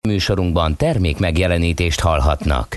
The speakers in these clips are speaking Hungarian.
Műsorunkban termék megjelenítést hallhatnak.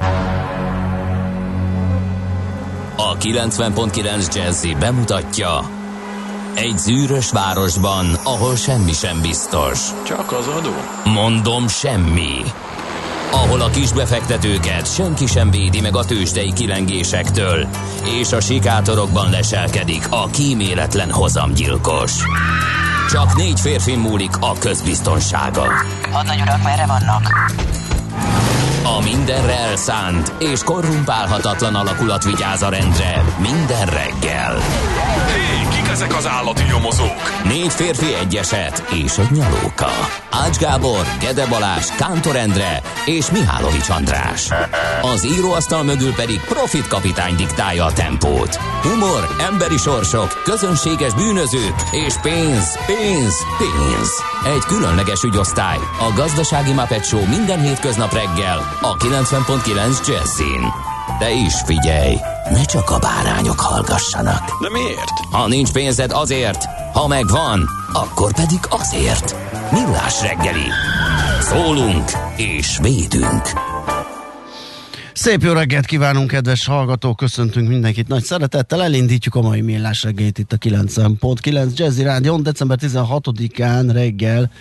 A 90.9 Jazzy bemutatja: egy zűrös városban, ahol semmi sem biztos. Csak az adó? Mondom, semmi. Ahol a kisbefektetőket senki sem védi meg a tőzsdei kilengésektől, és a sikátorokban leselkedik a kíméletlen hozamgyilkos. Csak 4 férfi múlik a közbiztonsága. Hadnagy urak, merre vannak? A mindenre elszánt és korrumpálhatatlan alakulat vigyáz a rendre minden reggel. Hé, kik ezek az állati nyomozók? 4 férfi, egy eset és egy nyalóka. Ács Gábor, Gede Balázs, Kántor Endre és Mihálovics András. Az íróasztal mögül pedig Profit kapitány diktálja a tempót. Humor, emberi sorsok, közönséges bűnözők és pénz, pénz, pénz. Egy különleges ügyosztály, a Gazdasági Muppet Show minden hétköznap reggel a 90.9 Jazzin. De is figyelj, ne csak a bárányok hallgassanak. De miért? Ha nincs pénzed, azért, ha megvan, akkor pedig azért. Millás reggeli. Szólunk és védünk. Szép jó reggelt kívánunk, kedves hallgatók, köszöntünk mindenkit nagy szeretettel, elindítjuk a mai Millás reggelit itt a 90.9 Jazzy Rádion, december 16-án reggel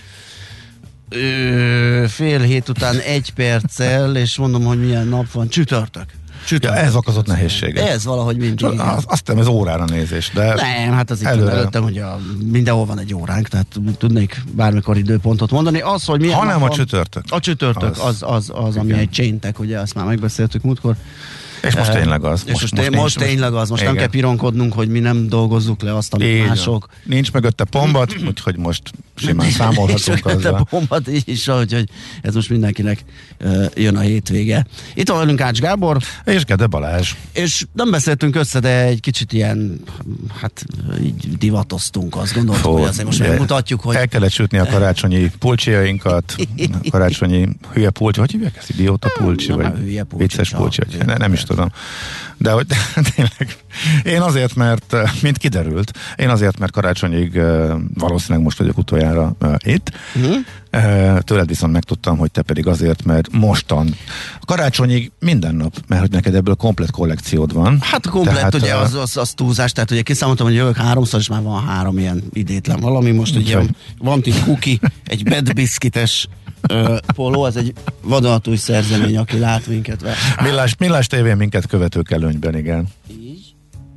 fél hét után 1 perccel, és mondom, hogy milyen nap van, csütörtök. Ja, ez okozott nehézséget. Ez valahogy mindig. Aztán ez órára nézés, de nem, hát az itt előttem, hogy mindenhol van egy óránk, tehát tudnék bármikor időpontot mondani. Az, hogy milyen hanem a csütörtök. A csütörtök, az ami egy chaintek, ugye, azt már megbeszéltük múltkor. És most tényleg az. Most tényleg az. Most nem kell pironkodnunk, hogy mi nem dolgozzuk le azt, amit mások. Nincs mögötte pombat, úgyhogy most simán számolhatunk azzal. Nincs pombat is, hogy ez most mindenkinek jön a hétvége. Itt van velünk Ács Gábor. És Gede Balázs. És nem beszéltünk össze, de egy kicsit ilyen, hát így divatoztunk, azt gondoltuk, hogy azért most megmutatjuk, hogy... El kellett sütni a karácsonyi pulcsiainkat, a karácsonyi hülye pulcsi, hogy hívják ezt? Idióta pulcsi? Vagy vicces pulcsi? Nem is tudom. De hogy tényleg, én azért, mert, mint kiderült, mert karácsonyig valószínűleg most vagyok utoljára itt. Tőled viszont megtudtam, hogy te pedig azért, mert mostan karácsonyig minden nap, mert hogy neked ebből komplet kollekciód van. Hát a komplet, tehát, ugye az túlzás, tehát ugye kiszámoltam, hogy jövök 3-szor, és már van 3 ilyen idétlen valami, most ugye van itt cookie, egy Bad Biscuites póló, ez egy vadonatúj szerzemény, aki lát minket. Millás tévén minket követők előnyben, igen. Így?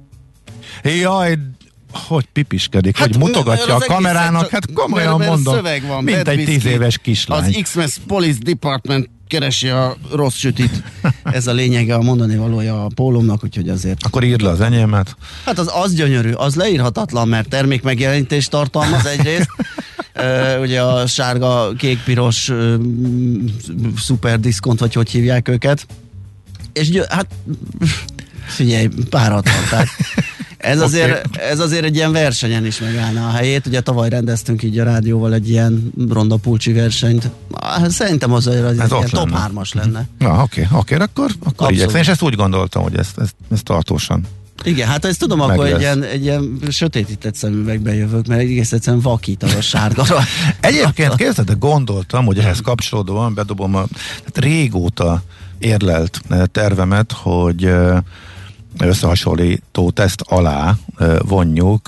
Jaj, hogy pipiskedik, hát, hogy mutogatja a kamerának, hát komolyan mondom, van, mint egy 10 éves kislány. Az Xmas Police Department keresi a rossz sütit. Ez a lényege, a mondani valója a pólómnak, úgyhogy azért... Akkor írd le az enyémet. Hát az gyönyörű, az leírhatatlan, mert termék megjelenítést tartalmaz egyrészt. Ugye a sárga, kék-piros szuper diszkont, vagy hogy hívják őket. És hát figyelj, páratlan. Tehát ez azért egy ilyen versenyen is megállna a helyét. Ugye tavaly rendeztünk így a rádióval egy ilyen ronda pulcsi versenyt. Szerintem az ilyen top 3-as lenne. Na, oké, akkor igyekszem. És ezt úgy gondoltam, hogy ez tartósan. Igen, hát ezt tudom, akkor egy ilyen sötétített szemüvegben jövök, mert egész egyszerűen vakít a sárga. Egyébként képzeld, de gondoltam, hogy ehhez kapcsolódóan bedobom a régóta érlelt tervemet, hogy összehasonlító teszt alá vonjuk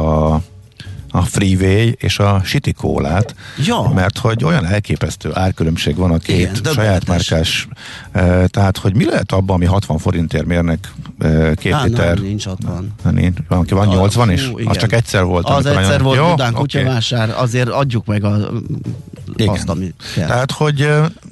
a Freeway és a City Cola-t, mert hogy olyan elképesztő árkülönbség van a két saját márkás, tehát hogy mi lehet abban, ami 60 forintért mérnek 2 liter? Nincs 60. Van 80 is? Az csak egyszer volt. Az egyszer volt Budán kutyavásár, azért adjuk meg azt, amit kell. Tehát, hogy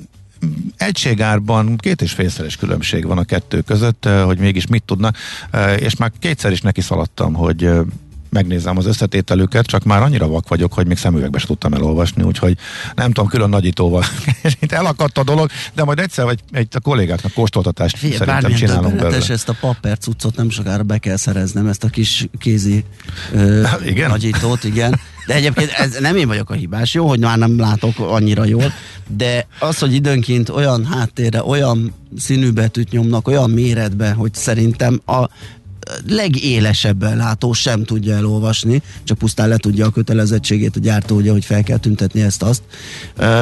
egységárban 2,5-szeres különbség van a kettő között, hogy mégis mit tudnak, és már 2-szer is neki szaladtam, hogy megnézem az összetételüket, csak már annyira vak vagyok, hogy még szemüvegbe se tudtam elolvasni, úgyhogy nem tudom, külön nagyítóval itt elakadt a dolog, de majd egyszer vagy a kollégáknak kóstoltatást szerintem csinálunk belőle. Ezt a papper cuccot nem sokára be kell szereznem, ezt a kis kézi nagyítót, igen. De egyébként ez nem én vagyok a hibás, jó, hogy már nem látok annyira jól, de az, hogy időnként olyan háttérre, olyan színűbetűt nyomnak, olyan méretbe, hogy szerintem a legélesebben látó sem tudja elolvasni, csak pusztán le tudja a kötelezettségét a gyártó, ugye, hogy fel kell tüntetni ezt-azt.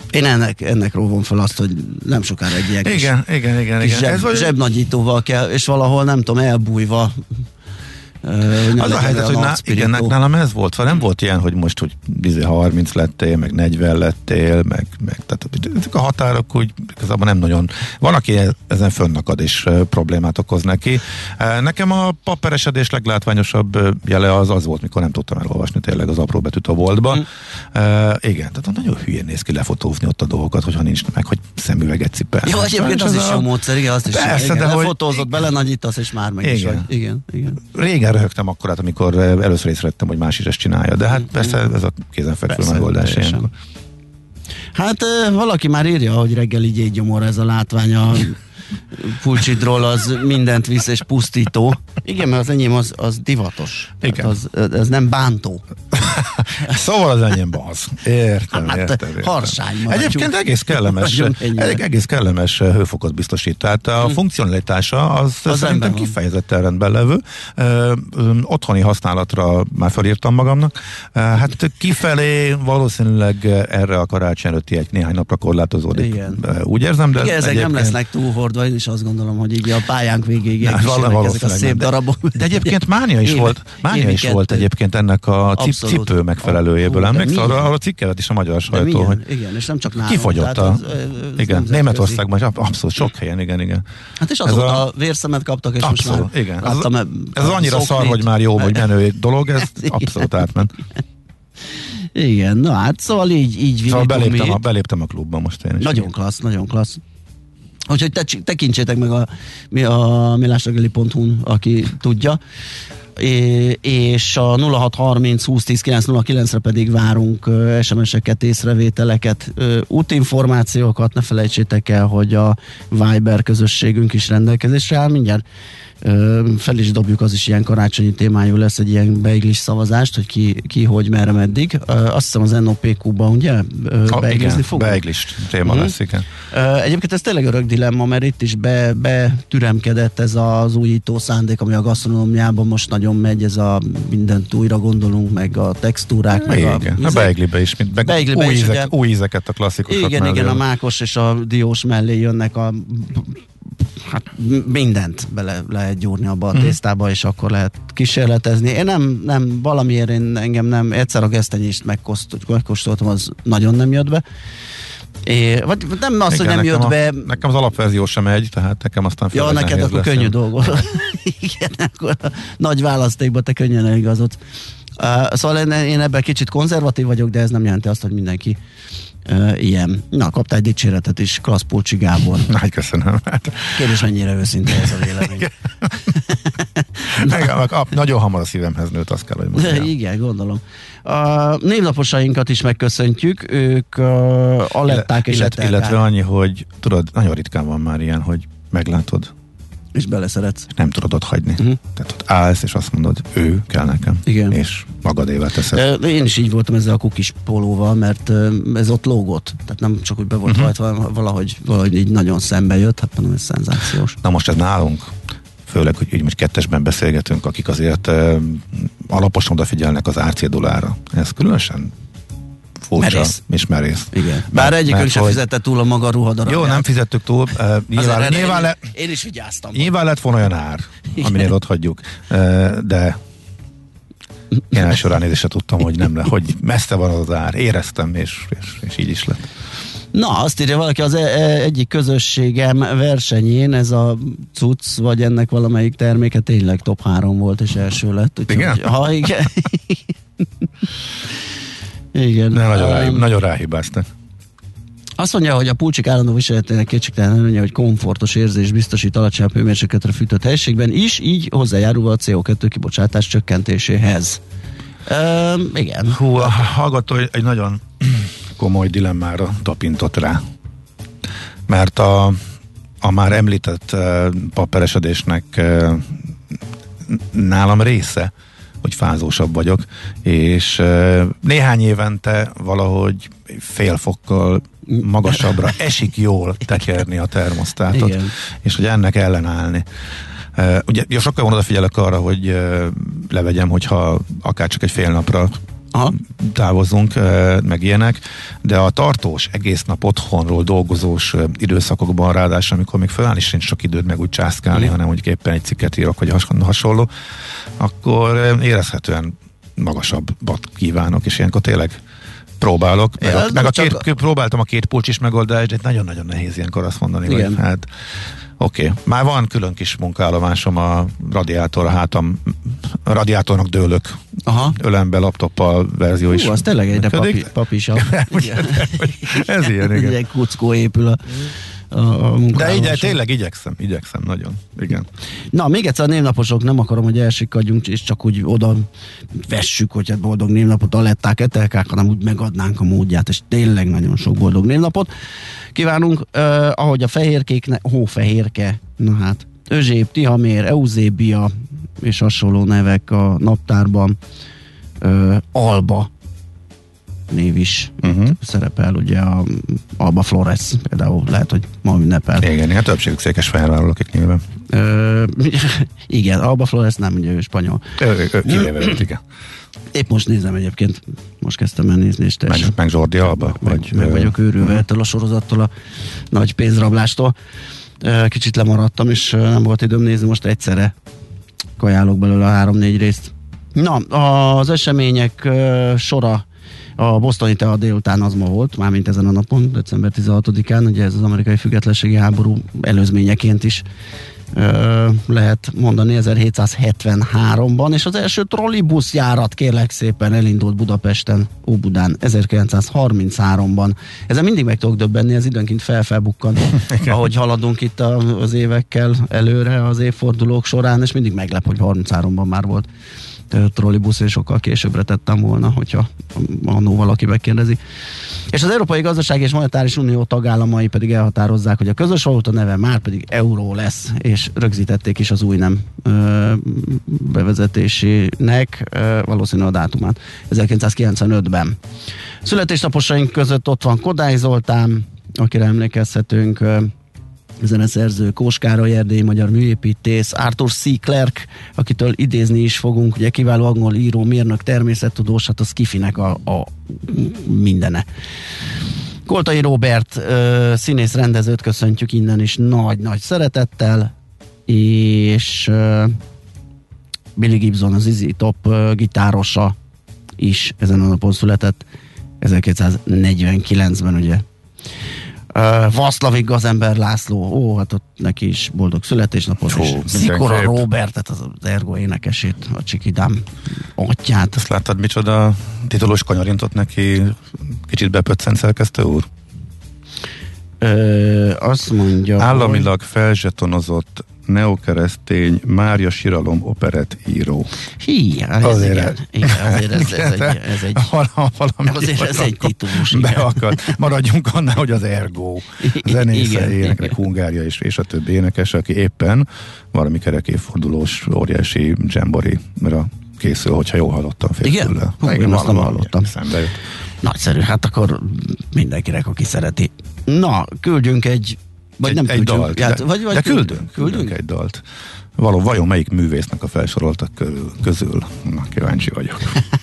Én ennek róvom fel azt, hogy nem sokára egy ilyen kis zsebnagyítóval kell, és valahol nem tudom, elbújva az a helyzet, hogy nálam ez volt, nem volt ilyen, hogy most, hogy 30 lettél, meg 40 lettél, meg tehát ezek a határok úgy igazából nem nagyon. Van, aki ezen fönnakad és problémát okoz neki. Nekem a papperesedés leglátványosabb jele az volt, mikor nem tudtam elolvasni tényleg az apró betűt a boltba. Igen, tehát nagyon hülyén néz ki lefotózni ott a dolgokat, hogyha nincs meg, hogy szemüveget cipelni. Jó, egyébként az is jó módszer, igen, azt is. Persze, de lefotózott, belenagyítasz, és már meg is vagy. Igen. Régen röhögtem akkorát, amikor először észrevettem, hogy más is ezt csinálja, de hát persze ez a kézenfekvő megoldás. Hát valaki már írja, hogy reggeli gyégygyomor ez a látvány a pulcsidról, az mindent visz és pusztító. Igen, mert az enyém az divatos. Igen. Hát ez nem bántó. Szóval az enyém az. Értem. Harsány. Egyébként egész kellemes hőfokot biztosít. Tehát a funkcionalitása az szerintem kifejezetten rendben levő. Otthoni használatra már felírtam magamnak. Hát kifelé valószínűleg erre a karácsony előtti néhány napra korlátozódik. Igen. Úgy érzem, de igen, ezek nem lesznek túlhordva, én is azt gondolom, hogy így a pályánk végéig ezek a szép darabok. De egyébként mánia is volt egyébként ennek a cipő megfelelőjéből. Emlékszel arra a cikkelet is a magyar sajtó, hogy igen, és nem csak nálunk. Kifogyott igen, Németországban abszolút sok helyen, igen. Hát és azóta vérszemet kaptak, és abszolút, most már igen. Ez annyira szar, hogy már jó, hogy menő dolog, ez abszolút átment. Igen, na hát szóval így szóval beléptem a klubba most én is. Nagyon klassz. Úgyhogy tekintsétek meg a millásreggeli.hu-n, aki tudja. És a 0630 2010 909-re pedig várunk SMS-eket, észrevételeket, útinformációkat. Ne felejtsétek el, hogy a Viber közösségünk is rendelkezésre áll. Mindjárt fel is dobjuk, az is ilyen karácsonyi témájú lesz, egy ilyen beiglis szavazást, hogy ki hogy, merre, meddig. Azt hiszem az NOPQ-ban, ugye? Beiglizni fogunk? Beiglis téma lesz, igen. Egyébként ez tényleg örök dilemma, mert itt is betüremkedett ez az újító szándék, ami a gasztronómiában most nagyon megy, ez a mindent újra gondolunk, meg a textúrák, meg a beiglibe is, új ízeket, a klasszikusok. Igen, a mákos és a diós mellé jönnek hát mindent bele lehet gyúrni abba a tésztába, és akkor lehet kísérletezni. Én nem valamiért engem nem, egyszer a gesztenyést megkóstoltam, az nagyon nem jött be. Vagy nem az, hogy nem jött be. Nekem az alapverzió sem megy, tehát nekem aztán ja, neked akkor könnyű dolgod. Igen, akkor nagy választékban te könnyen eligazodsz. Szóval én ebben kicsit konzervatív vagyok, de ez nem jelenti azt, hogy mindenki ilyen. Na, kaptál egy dicséretet is, klassz Pulcsi Gábor. Nagy köszönöm. Kérdés, mennyire őszinte ez a vélemény. Nagyon hamar a szívemhez nőtt, azt kell, hogy mondjam. Igen, gondolom. A névnaposainkat is megköszöntjük, ők Aletták és Etelkák. Illetve annyi, hogy tudod, nagyon ritkán van már ilyen, hogy meglátod, és beleszeretsz. És nem tudod ott hagyni. Tehát ott állsz, és azt mondod, ő kell nekem. Igen. És magadévá teszed. Én is így voltam ezzel a kukis pólóval, mert ez ott lógott. Tehát nem csak úgy be volt rajta, valahogy így nagyon szembe jött, hát mondom, ez szenzációs. Na most ez nálunk, főleg, hogy így most kettesben beszélgetünk, akik azért alaposan odafigyelnek az árcédulára. Ez különösen furcsa és merész. Igen. Bár egyikünk sem fizette túl a maga ruhadarabját. Jó, nem fizettük túl. Én is vigyáztam. Nyilván lett volna olyan ár, aminél ott hagyjuk. De én első ránézésre tudtam, hogy nem le, hogy messze van az ár. Éreztem, és így is lett. Na, azt írja valaki, az egyik közösségem versenyén ez a cucc, vagy ennek valamelyik terméke tényleg top 3 volt, és első lett. Úgyhogy, igen? Ha igen. Igen. Nagyon ráhibáztak. Azt mondja, hogy a pulcsik állandó viseletének kétségtelen előnye, hogy komfortos érzés biztosít alacsonyabb hőmérsékletre fűtött helyiségben is, így hozzájárul a CO2 kibocsátás csökkentéséhez. Igen. Hú, a hallgató egy nagyon komoly dilemmára tapintott rá. Mert a már említett papperesedésnek nálam része, hogy fázósabb vagyok, és néhány évente valahogy fél fokkal magasabbra esik jól tekerni a termosztátot, igen. És hogy ennek ellenállni. Ugye sokkal odafigyelek arra, hogy levegyem, hogyha akár csak egy fél napra távozzunk, meg ilyenek, de a tartós, egész nap otthonról dolgozós időszakokban ráadásul, amikor még föláll is nincs sok időd meg úgy császkálni, hanem mondjuk éppen egy cikket írok, vagy hasonló, akkor érezhetően magasabbat kívánok, és ilyenkor tényleg próbálok, próbáltam a két pulcsis megoldást, de nagyon-nagyon nehéz ilyenkor azt mondani, igen. Hogy hát oké. Már van külön kis munkállomásom a radiátor, a radiátornak dőlök. Ölembe, laptoppal verzió is. Az tényleg egyre papisabb. Ez ilyen, igen. Egy kuckó épül a de tényleg igyekszem nagyon. Igen. Na, még egyszer a névnaposok, nem akarom, hogy elsikadjunk, és csak úgy oda vessük, hogy hát boldog névnapot aletták, etelkák, hanem úgy megadnánk a módját, és tényleg nagyon sok boldog névnapot kívánunk, ahogy a fehérkéknek, hófehérke, na hát, Özsép, Tihamér, Euzébia, és hasonló nevek a naptárban, Alba név is szerepel, ugye a Alba Flores például, lehet, hogy ma ünnepel. Igen, többségük Székesfehérváról, akik nyilván. Igen, Alba Flores nem, ugye ő spanyol. Kivéve őt, igen. Épp most nézem egyébként, most kezdtem el nézni, és meg Jordi Alba? Meg vagyok őrülve ettől a sorozattól, a nagy pénzrablástól. Kicsit lemaradtam, és nem volt időm nézni, most egyszerre kajálok belőle a 3-4 részt. Na, az események sora a bostoni tea délután az ma volt, mármint ezen a napon, december 16-án, ugye ez az amerikai függetlenségi háború előzményeként is lehet mondani 1773-ban, és az első trollibuszjárat kérlek szépen elindult Budapesten, Óbudán 1933-ban. Ezen mindig meg tudok döbbenni, ez időnként felbukkan, ahogy haladunk itt az évekkel előre az évfordulók során, és mindig meglep, hogy 33-ban már volt trollibusz, és sokkal későbbre tettem volna, hogyha annó valaki megkérdezi. És az Európai Gazdasági és Monetáris Unió tagállamai pedig elhatározzák, hogy a közös valuta neve már pedig euró lesz, és rögzítették is az új nem bevezetésének valószínűleg a dátumát 1995-ben. Születésnaposaink között ott van Kodály Zoltán, akire emlékezhetünk, zeneszerző, Kós Károly erdélyi magyar műépítész, Arthur C. Clarke, akitől idézni is fogunk, ugye kiváló angol író, mérnök, természettudós, hát a skifinek a mindene. Koltai Róbert, színész rendezőt köszöntjük innen is nagy-nagy szeretettel, és Billy Gibson, az Izzy Top gitárosa is ezen a napon született, 1949-ben, ugye. Vaszlavik Gazember László, hát ott neki is boldog születésnapot, és Szikora Róbertet, az Ergo énekesét, a Csikidám atyát. Ezt láttad, micsoda titulós kanyarintot neki kicsit bepöccent szerkesztő úr? Azt mondja, államilag felzsetonozott neokeresztény Mária Siralom operett író. Azért ez egy titulus. Beakad. Maradjunk annál, hogy az Ergo zenésze, éneknek, Hungária és a többi énekes, aki éppen valami kerek évfordulós óriási jamboree-ra készül, hogyha jól hallottam félfülről. Igen, azt nem hallottam. Nagyszerű, hát akkor mindenkinek, aki szereti. Na, küldjünk egy dalt. De küldünk egy dalt. Vajon melyik művésznek a felsoroltak közül? Na, kíváncsi vagyok.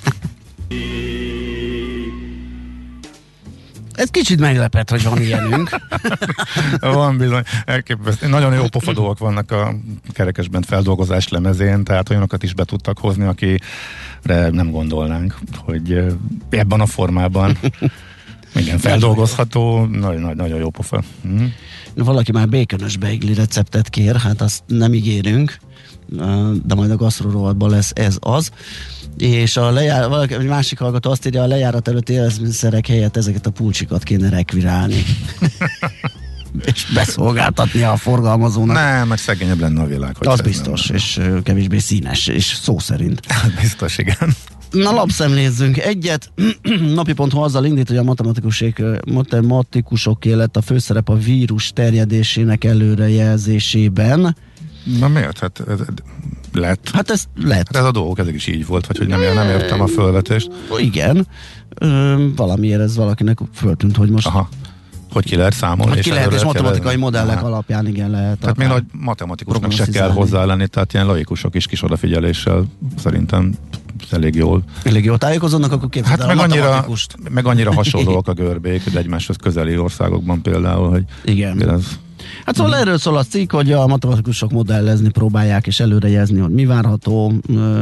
Ez kicsit meglepett, hogy van ilyenünk. Van bizony. Elképesztő. Nagyon jó pofadóak vannak a Kerekesben feldolgozás lemezén, tehát olyanokat is be tudtak hozni, akire nem gondolnánk, hogy ebben a formában igen, feldolgozható, nagyon jó pofa. Valaki már békönös beigli receptet kér, hát azt nem ígérünk, de majd a gasztroróvatban lesz ez az. És valaki, egy másik hallgató azt írja, a lejárat előtti élelmiszerek helyett ezeket a pulcsikat kéne rekvirálni. És beszolgáltatni a forgalmazónak. Nem, mert szegényebb lenne a világ. Az biztos, és kevésbé színes, és szó szerint. Biztos, igen. Na, lapszemlézzünk egyet. Napi.hu azzal indít, hogy a matematikusok lett a főszerep a vírus terjedésének előrejelzésében. Na miért? Hát lett. Hát ez lett. Hát ez a dolgok, ezek is így volt, vagy hogy nem értem a fölvetést. Igen. Valamiért ez valakinek föltűnt, hogy most... Aha. Hogy ki lehet számolni. Hogy ki lehet, és matematikai modellek alapján igen lehet. Tehát még nagy matematikusnak se kell hozzá lenni, tehát ilyen laikusok is kis odafigyeléssel szerintem elég jól tájékozódnak, akkor képzeld el meg annyira hasonlóak a görbék, de egymáshoz közeli országokban például, hogy igen. Hát szóval erről szól a cikk, hogy a matematikusok modellezni próbálják, és előrejelzni, hogy mi várható,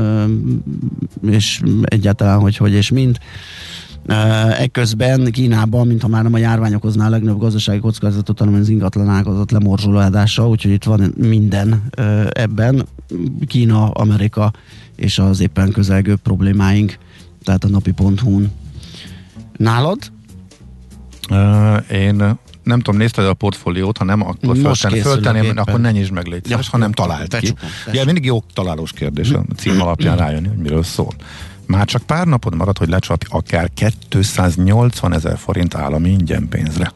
és egyáltalán hogy és mind. Ekközben Kínában, mintha már nem a járvány okozná a legnagyobb gazdasági kockázatot, hanem az ingatlan ágazat lemorzsolódása, úgyhogy itt van minden ebben. Kína, Amerika és az éppen közelgő problémáink, tehát a napi.hu-n. Nálad? Én nem tudom, nézted a portfóliót, ha nem, akkor föltenném, akkor ne nyisd meg, légy szíves, hanem találd ki. Ugye mindig jó találós kérdés a cím alapján rájönni, hogy miről szól. Már csak pár napod marad, hogy lecsapj akár 280 000 forint állami ingyenpénzre.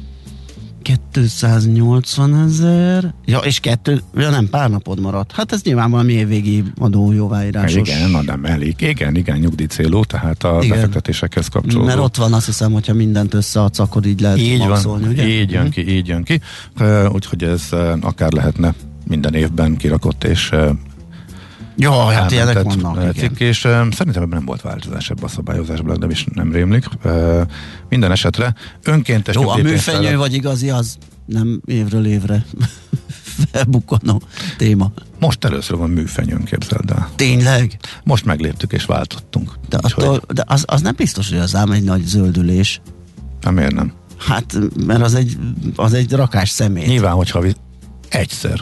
280 000? Ja, és nem, pár napod maradt. Hát ez nyilván valami évvégi adó jóváírásos. Igen, nem elég. Igen, nyugdíj célú, tehát a befektetésekhez kapcsolódó. Mert ott van, azt hiszem, hogyha mindent összeadsz, akkor így lehet így maxolni, van, ugye? Így jön ki. Úgyhogy ez akár lehetne minden évben kirakott és hát ilyenek vannak. Cikk, és szerintem ebben nem volt változás ebben a szabályozásban, de is nem rémlik. Minden esetre önkéntes a műfenyő vagy igazi, az nem évről évre felbukkanó téma. Most először van műfenyőn, képzeld el. Tényleg? Most megléptük és váltottunk. De az nem biztos, hogy az ám egy nagy zöldülés. Miért nem? Hát, mert az egy rakás szemét. Nyilván, hogyha egyszer,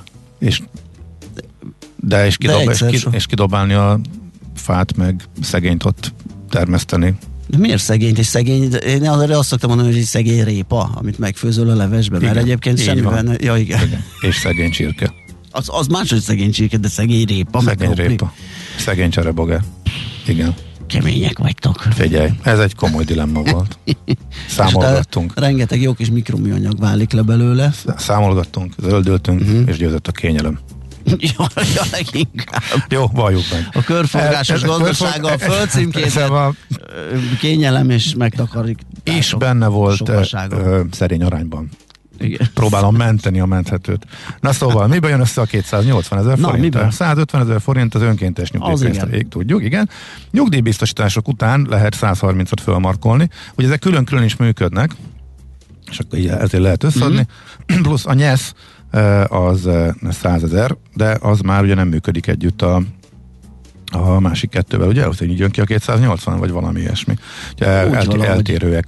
és kidobálni a fát, meg szegényt ott termeszteni. De miért szegényt és szegény? Én azt szoktam mondani, hogy egy szegény répa, amit megfőzöl a levesbe, mert egyébként semmiben... Ja, igen. És szegény csirke. Az máshogy szegény csirke, de szegény répa. Szegény répa. Szegény cserebogár. Igen. Kemények vagytok. Figyelj, ez egy komoly dilemma volt. Számolgattunk. Rengeteg jó kis mikroműanyag válik le belőle. Számolgattunk, zöldültünk, és győzött a kényelem. Ja, leginkább. Jó, valljuk meg. A körforgásos gazdasága a földcímkézet, kényelem és megtakarítások. És benne volt szerény arányban. Igen. Próbálom menteni a menthetőt. Na szóval, miben jön össze a 280 000 forint? 150 000 forint az önkéntes nyugdíjpénzt. Tudjuk, igen. Nyugdíjbiztosítások után lehet 130-at fölmarkolni. Ugye ezek külön-külön is működnek, és akkor ezért lehet összeadni. Plusz a nyesz az 100 000, de az már ugye nem működik együtt a másik kettővel, ugye? Az így jön ki a 280, vagy valami ilyesmi. Eltérőek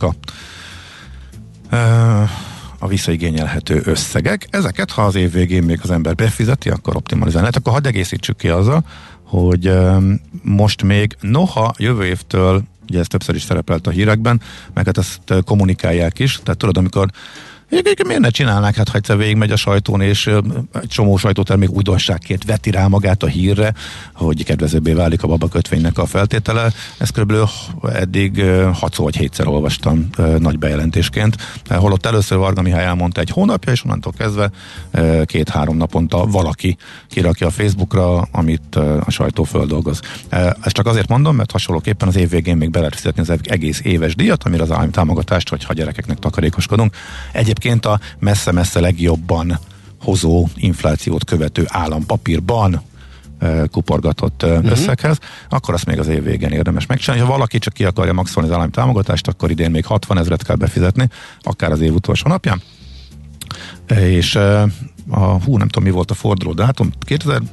a visszaigényelhető összegek. Ezeket, ha az év végén még az ember befizeti, akkor optimalizálni lehet. Akkor hadd egészítsük ki azzal, hogy most még noha jövő évtől, ugye ez többször is szerepelt a hírekben, meg hát ezt kommunikálják is, tehát tudod, amikor miért ne csinálnák, hát ha egyszer végigmegy a sajtón, és egy csomó sajtótermék újdonságként veti rá magát a hírre, hogy kedvezőbbé válik a babakötvénynek a feltétele. Ezt körülbelül eddig 6 vagy 7-szer olvastam nagy bejelentésként. Holott először Varga Mihály elmondta egy hónapja, és onnantól kezdve 2-3 naponta valaki kirakja a Facebookra, amit a sajtó földolgoz. Ezt csak azért mondom, mert hasonlóképpen az év végén még be lehet fizetni az egész éves díjat, amire az állami támogatást, hogyha gyerekeknek takarékoskodunk. Egyébként a messze-messze legjobban hozó inflációt követő állampapírban kuporgatott összeghez, akkor azt még az év végén érdemes megcsinálni. Ha valaki csak ki akarja maxolni az állami támogatást, akkor idén még 60 000 kell befizetni, akár az év utolsó napján. És nem tudom, mi volt a forduló dátum, 2005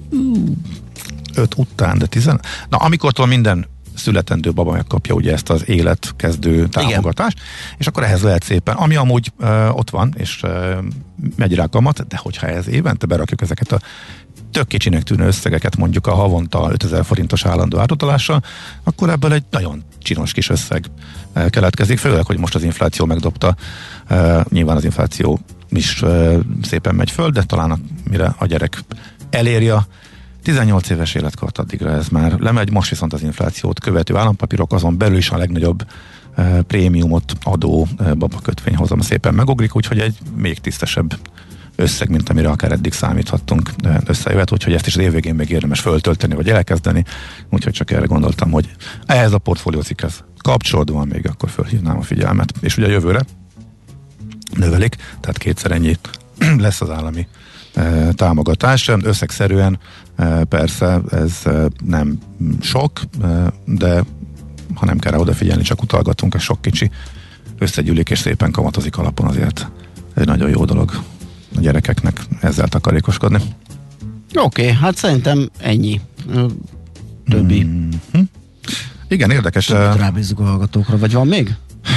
után, de amikortól minden születendő baba megkapja ugye ezt az életkezdő támogatást, és akkor ehhez lehet szépen, ami amúgy ott van, és megy rá kamat, de hogyha ez évente berakjuk ezeket a tök kicsinek tűnő összegeket, mondjuk a havonta 5000 forintos állandó átutalással, akkor ebből egy nagyon csinos kis összeg keletkezik, főleg, hogy most az infláció megdobta, nyilván az infláció is szépen megy föl, de talán mire a gyerek eléri a 18 éves életkort, addigra ez már lemegy, most viszont az inflációt követő állampapírok, azon belül is a legnagyobb prémiumot adó babakötvényhozam szépen megugrik, úgyhogy egy még tisztesebb összeg, mint amire akár eddig számíthattunk összejövet, úgyhogy ezt is az év végén még érdemes föltölteni, vagy elkezdeni, úgyhogy csak erre gondoltam, hogy ehhez a portfóliócikkhez kapcsolódóan még akkor fölhívnám a figyelmet. És ugye jövőre növelik, tehát 2-szer ennyi lesz az állami támogatás. Összegszerűen persze ez nem sok, de ha nem kell rá odafigyelni, csak utalgatunk, és sok kicsi összegyűlik és szépen kamatozik alapon, azért egy nagyon jó dolog a gyerekeknek ezzel takarékoskodni. Oké, hát szerintem ennyi. Többi. Igen, érdekes. Rábízzuk a hallgatókra, vagy van még?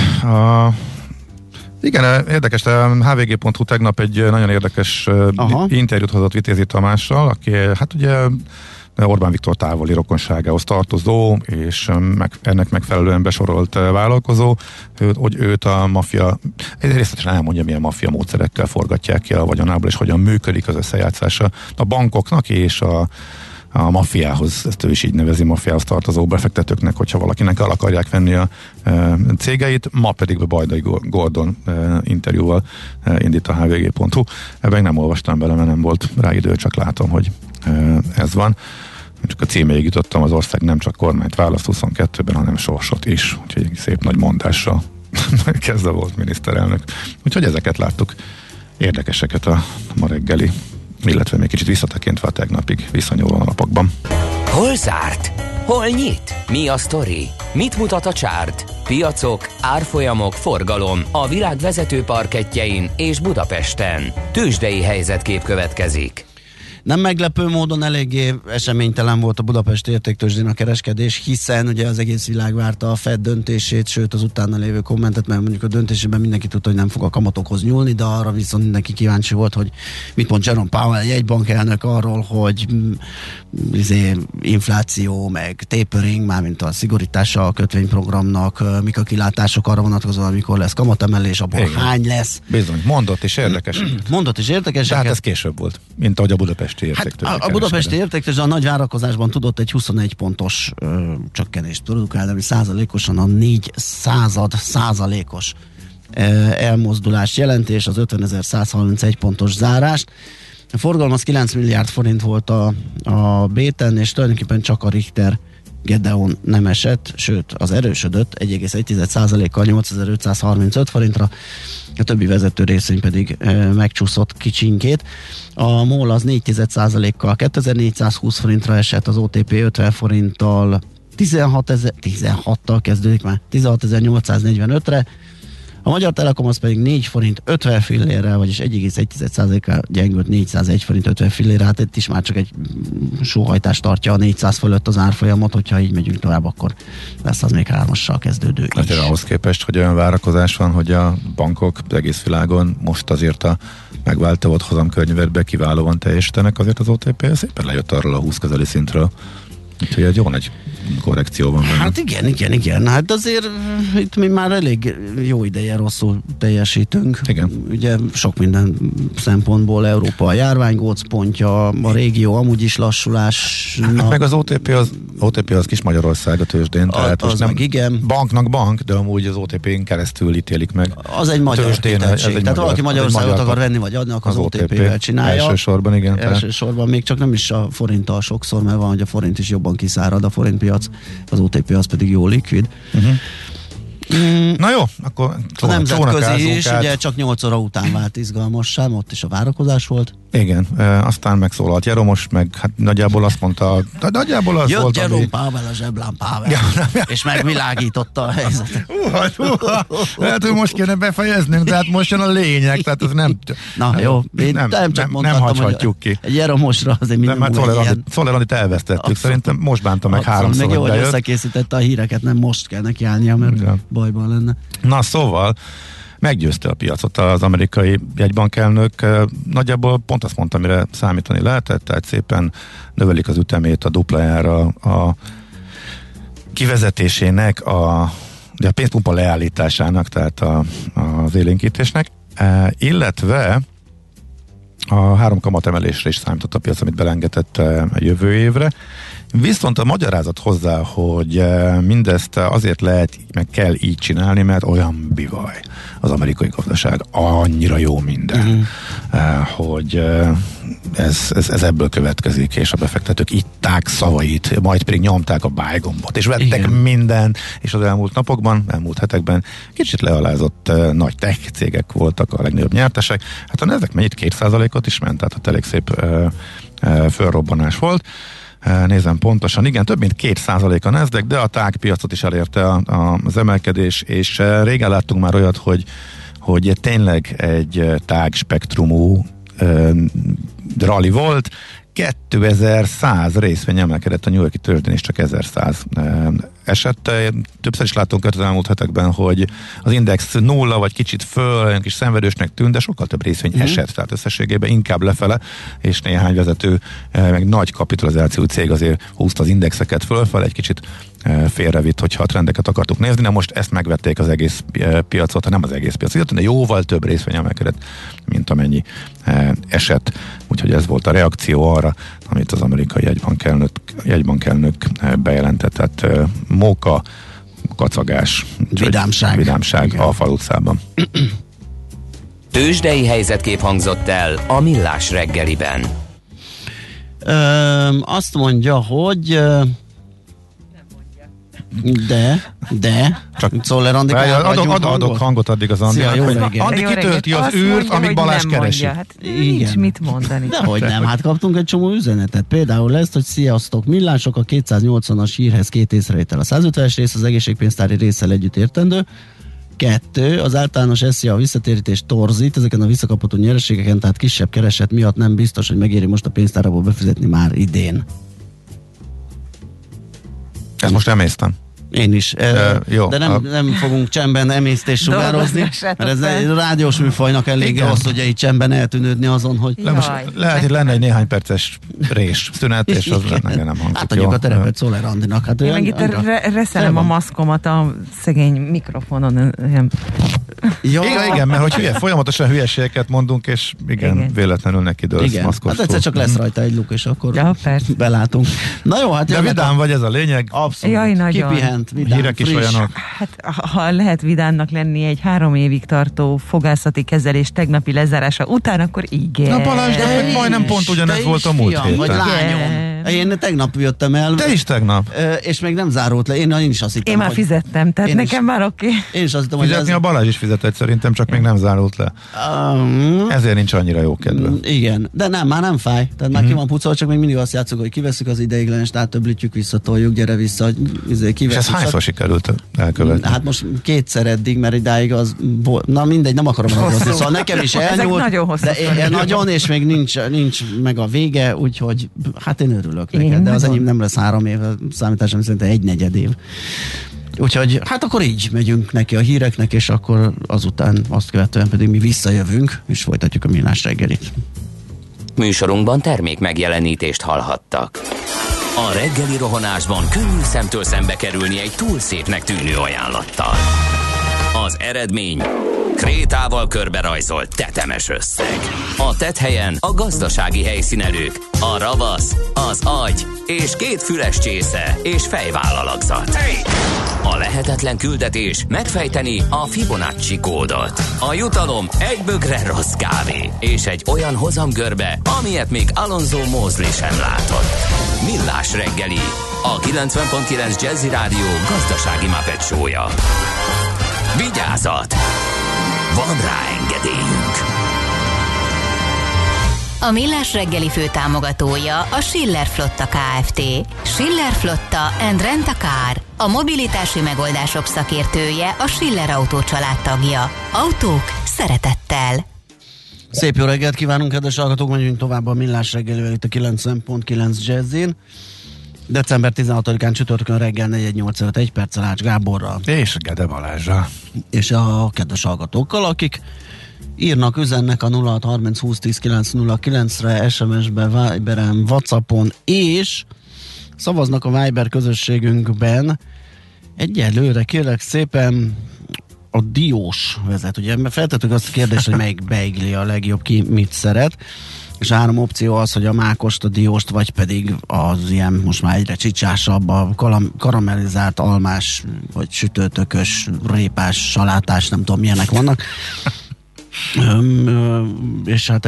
Igen, érdekes, a hvg.hu tegnap egy nagyon érdekes interjút hozott Vitézi Tamással, aki hát ugye Orbán Viktor távoli rokonságához tartozó, és ennek megfelelően besorolt vállalkozó, hogy őt a maffia, részletesen elmondja, milyen maffia módszerekkel forgatják ki a vagyonából, és hogyan működik az összejátszása a bankoknak és a maffiához, ezt ő is így nevezi, maffiához tartozó befektetőknek, hogyha valakinek el akarják venni a cégeit. Ma pedig a Bajdai Gordon interjúval indít a hvg.hu. Ebben nem olvastam bele, mert nem volt rá idő, csak látom, hogy ez van. Csak a címéig jutottam, az ország nem csak kormányt választ 22-ben, hanem sorsot is. Úgyhogy egy szép nagy mondással kezdve volt miniszterelnök. Úgyhogy ezeket láttuk, érdekeseket a ma reggeli, illetve még kicsit visszatekintve a tegnapig visszanyúló napokban. Hol zárt? Hol nyit? Mi a sztori? Mit mutat a csárt? Piacok, árfolyamok, forgalom a világ vezető parkettjein és Budapesten. Tőzsdei helyzetkép következik. Nem meglepő módon eléggé eseménytelen volt a Budapesti Értéktőzsdén a kereskedés, hiszen ugye az egész világ várta a Fed döntését, sőt az utána lévő kommentet, mert mondjuk a döntésében mindenki tudta, hogy nem fog a kamatokhoz nyúlni, de arra viszont mindenki kíváncsi volt, hogy mit mond Jerome Powell, egy jegybankelnök arról, hogy infláció, meg tapering, mármint a szigorítása a kötvényprogramnak, mik a kilátások arra vonatkozóan, amikor lesz kamatemelés, abból hány lesz. Bizony, mondott és érdekes. Mondott és érdekes. De hát ez később volt, mint ahogy a Budapesti Értéktőzsdén. Hát a Budapesti Értéktőzsdén a nagy várakozásban tudott egy 21 pontos csökkenést produkálni, ami százalékosan a 0,04% elmozdulást jelenti, és az 50.131 pontos zárást. A forgalom az 9 milliárd forint volt a béten, és tulajdonképpen csak a Richter Gedeon nem esett, sőt az erősödött 1,1%-kal 8535 forintra, a többi vezető részvény pedig megcsúszott kicsinkét. A MOL az 4,1%-kal 2420 forintra esett, az OTP 50 forinttal 16-tal kezdődik már, 16.845-re, a Magyar Telekom az pedig 4 forint 50 fillérrel, vagyis 1,1%-kal gyengült 401 forint 50 fillérrel, hát itt is már csak egy sóhajtás tartja a 400 fölött az árfolyamot, hogyha így megyünk tovább, akkor lesz az még 3-assal kezdődő hát is. Ahhoz képest, hogy olyan várakozás van, hogy a bankok az egész világon most azért a megváltozott hozamkörnyezetbe kiválóan teljesítenek, azért az OTP szépen lejött arról a 20 közeli szintről. Úgyhogy egy jó nagy korrekció van benne. Hát igen. Hát azért itt mi már elég jó ideje rosszul teljesítünk. Igen. Ugye sok minden szempontból Európa a járvány gócpontja, a régió amúgy is lassulás. Hát meg az OTP az kis Magyarország a tőzsdén. Tehát az nem igen. Banknak bank, de amúgy az OTP-n keresztül ítélik meg. Az egy magyar kitetség. Tehát valaki Magyarországot akar venni vagy adni, akkor az OTP-vel csinálja. Elsősorban, igen. Elsősorban még csak nem is a forinttal sokszor, mert van, hogy a forint is jobban kiszárad, a forintpiac, az OTP az pedig jó likvid. Na jó, akkor a nemzetközi is, ugye csak 8 óra után vált izgalmassá, ott is a várakozás volt. Igen, aztán megszólalt Jeromos, meg hát nagyjából azt mondta, nagyjából az jött volt, Jerome Powell, a zseblán Powell, és megvilágította a helyzetet. Lehet, hogy most kéne befejeznünk, de hát most jön a lényeg, tehát ez nem... Na jó, nem hagyhatjuk ki. Egy Jeromosra azért minimum egy Szoleranit elvesztettük, szerintem most bánta meg 3-szor, még jó, hogy összekészítette a híreket, nem most kell neki állnia, mert bajban lenne. Na szóval meggyőzte a piacot az amerikai jegybankelnök. Nagyjából pont azt mondta, amire számítani lehetett, tehát szépen növelik az ütemét a duplájára a kivezetésének, a pénzpumpa leállításának, tehát az élénkítésnek, illetve a 3 kamatemelésre is számított a piac, amit belengedett a jövő évre. Viszont a magyarázat hozzá, hogy mindezt azért lehet, meg kell így csinálni, mert olyan bivaj az amerikai gazdaság, annyira jó minden. hogy ez ebből következik, és a befektetők itták szavait, majd pedig nyomták a bájgombot, és vettek igen. mindent, és az elmúlt hetekben kicsit lealázott nagy tech cégek voltak a legnagyobb nyertesek. Hát a Nasdaq mennyit 2%-ot is ment, tehát elég szép fölrobbanás volt. Nézem pontosan, igen, több mint 2% a Nasdaq, de a tágpiacot is elérte az emelkedés, és régen láttunk már olyat, hogy tényleg egy tág spektrumú rally volt, 2100 részvény emelkedett a New York-i tőzsdén, és csak 1100 esett. Többször is láttunk az elmúlt hetekben, hogy az index nulla, vagy kicsit föl, olyan kis szenvedősnek tűnt, de sokkal több részvény esett, tehát összességében inkább lefele, és néhány vezető, meg nagy kapitalizációi cég azért húzta az indexeket fölfel, egy kicsit félrevitt, hogyha a trendeket akartuk nézni, de most ezt megvették az egész piacot, nem az egész piacot, de jóval több részvény emelkedett, mint amennyi esett. Úgyhogy ez volt a reakció arra, amit az amerikai jegybankelnök bejelentett. Tehát móka, kacagás, vidámság a Fal utcában. Tőzsdei helyzetkép hangzott el a Millás reggeliben. Azt mondja, hogy de csak Czoller Andikán adok hangot addig az Andinak. Andi kitölti az űrt, amit Balázs keresi. Hát nincs mit mondani. Dehogy nem, hát kaptunk egy csomó üzenetet. Például ezt, hogy sziasztok, millások, a 280-as hírhez 2 észrevétel. A 150-es rész az egészségpénztári résszel együtt értendő. 2. Az általános SZIA visszatérítés torzít ezeken a visszakapható nyereségeken, tehát kisebb kereset miatt nem biztos, hogy megéri most a pénztárából befizetni már idén. Ezt most emésztem. Én is. Jó, de nem fogunk csendben emésztés sugározni, mert ez egy rádiós műfajnak elég rossz, ugye így csendben eltűnődni azon, hogy... Lehet, hogy lenne egy néhány perces rés szünet, és az nekem nem hangzik. Átadjuk a terepet Czoller Andinak. Hát én meg itt reszelem a maszkomat a szegény mikrofonon. Igen, mert hogy folyamatosan hülyeségeket mondunk, és igen. Véletlenül neki dőlsz maszkos. Hát egyszer csak lesz rajta egy luk, és akkor belátunk. Na jó, hát... De vidám vagy, ez a lényeg. Abszolút. Jaj, nagyon. Kipihent, vidám, hírek is olyanok. Hát ha lehet vidámnak lenni egy 3 évig tartó fogászati kezelés tegnapi lezárása után, akkor igen. Na Balázs, de majdnem pont ugyanez volt a múlt héten. Vagy lányom. Én tegnap jöttem el. Te is tegnap. És még nem zárult le. Én is azt hittem, én már fizettem, tehát nekem már oké. Én is azt hittem, hogy fizetni a Balázs is fizetett, szerintem csak még nem zárult le. Ezért nincs annyira jó kedve. Igen, de nem, már nem fáj. Tehát már ki van pucolva, csak még mindig azt játszunk, hogy kiveszünk az ideiglenest, átöblítjük, visszatoljuk, gyere vissza, kiveszünk. És ez hányszor sikerült elkövetni? Hát most 2-szer eddig, mert idáig az... Na mindegy, nem akarom ragozni. Szóval nekem is elnyúlt. De nagyon, és még nincs meg a vége, úgyhogy hát én örülök neked. De az enyém nem lesz 3 év, számításom szerintem 1/4 év. Úgyhogy hát akkor így megyünk neki a híreknek, és akkor azután azt követően pedig mi visszajövünk, és folytatjuk a Millás reggelit. Műsorunkban termék megjelenítést hallhattak. A reggeli rohanásban könnyű szemtől szembe kerülni egy túl szépnek tűnő ajánlattal. Az eredmény krétával körberajzolt tetemes összeg. A tetthelyen a gazdasági helyszínelők, a ravasz, az agy és 2 füles csésze és fejvállalakzat. A lehetetlen küldetés megfejteni a Fibonacci kódot. A jutalom egy bögre rossz kávé és egy olyan hozamgörbe, amilyet még Alonso Mosley sem látott. Millás reggeli, a 90.9 Jazzy Rádió gazdasági Muppet show-ja. Vigyázat! Van rá engedélyünk! A Millás reggeli főtámogatója a Schiller Flotta Kft. Schiller Flotta and Rent a Car. A mobilitási megoldások szakértője, a Schiller Autó családtagja. Autók szeretettel. Szép jó reggelt kívánunk, kedves hallgatók, megyünk tovább a Millás reggelivel itt a 90.9 Jazzin. December 16-án csütörtökön reggel 4:08 perccel Ács Gáborral. És Gede Balázsral. És a kedves hallgatókkal, akik írnak, üzennek a 0630 20 10 909-re, SMS-be, Viberen, WhatsAppon, és szavaznak a Viber közösségünkben. Egyelőre kérlek szépen a diós vezet. Ugye feltettük azt a kérdést, hogy melyik beigli a legjobb, ki mit szeret. És a 3 opció az, hogy a mákost, a dióst, vagy pedig az ilyen most már egyre csicsásabb, a karamellizált almás, vagy sütőtökös, répás, salátás, nem tudom milyenek vannak. és hát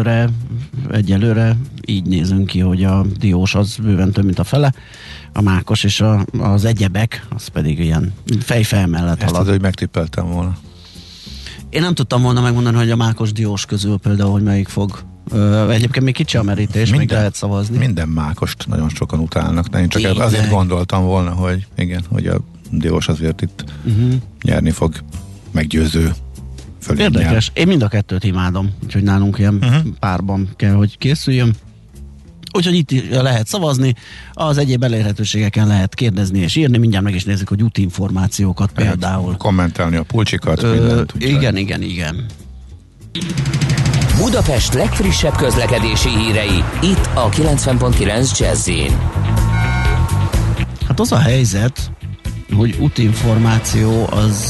egyelőre így nézünk ki, hogy a diós az bőven több, mint a fele, a mákos és az egyebek, az pedig ilyen fejfel mellett halad. Ezt hogy megtippeltem volna. Én nem tudtam volna megmondani, hogy a mákos diós közül például, hogy melyik fog. Egyébként még kicsi a merítés, még lehet szavazni. Minden mákost nagyon sokan utálnak, de én csak azért gondoltam volna, hogy igen, hogy a diós azért itt nyerni fog, meggyőző fölényel. Érdekes. Én mind a kettőt imádom, úgyhogy nálunk ilyen párban kell, hogy készüljön. Úgyhogy itt lehet szavazni, az egyéb elérhetőségeken lehet kérdezni és írni, mindjárt meg is nézzük, hogy útinformációkat például. Kommentelni a pulcsikat, mindent. Igen. Budapest legfrissebb közlekedési hírei, itt a 90.9 Jazz-in. Hát az a helyzet, hogy útinformáció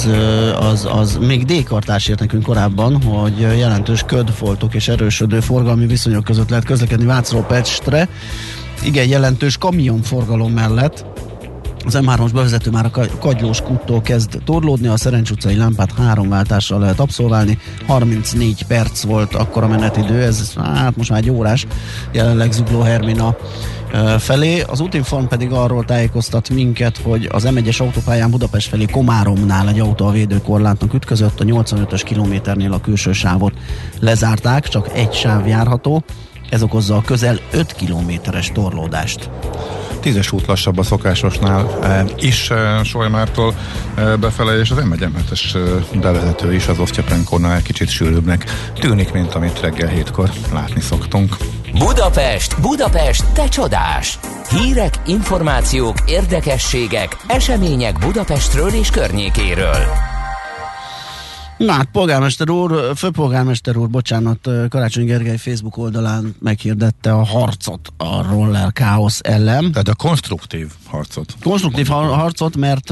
az még D-kartás ért nekünk korábban, hogy jelentős ködfoltok és erősödő forgalmi viszonyok között lehet közlekedni Vácról Pestre. Igen, jelentős kamionforgalom mellett. Az M3-os bevezető már a Kagylós kúttól kezd torlódni, a Szerencs utcai lámpát 3 váltással lehet abszolválni, 34 perc volt akkor a menetidő, ez hát most már egy órás, jelenleg Zugló Hermina felé. Az útinform pedig arról tájékoztat minket, hogy az M1-es autópályán Budapest felé Komáromnál egy autó a védőkorlátnak ütközött, a 85-ös kilométernél a külső sávot lezárták, csak egy sáv járható, ez okozza a közel 5 kilométeres torlódást. 10-es út lassabb a szokásosnál is Solymártól befele, és az M1-es bevezető is az Osztyapenkónál kicsit sűrűbbnek tűnik, mint amit reggel 7-kor látni szoktunk. Budapest, te csodás! Hírek, információk, érdekességek, események Budapestről és környékéről. Na hát, főpolgármester úr, Karácsony Gergely Facebook oldalán meghirdette a harcot a roller káosz ellen. Tehát a konstruktív harcot. Konstruktív harcot, mert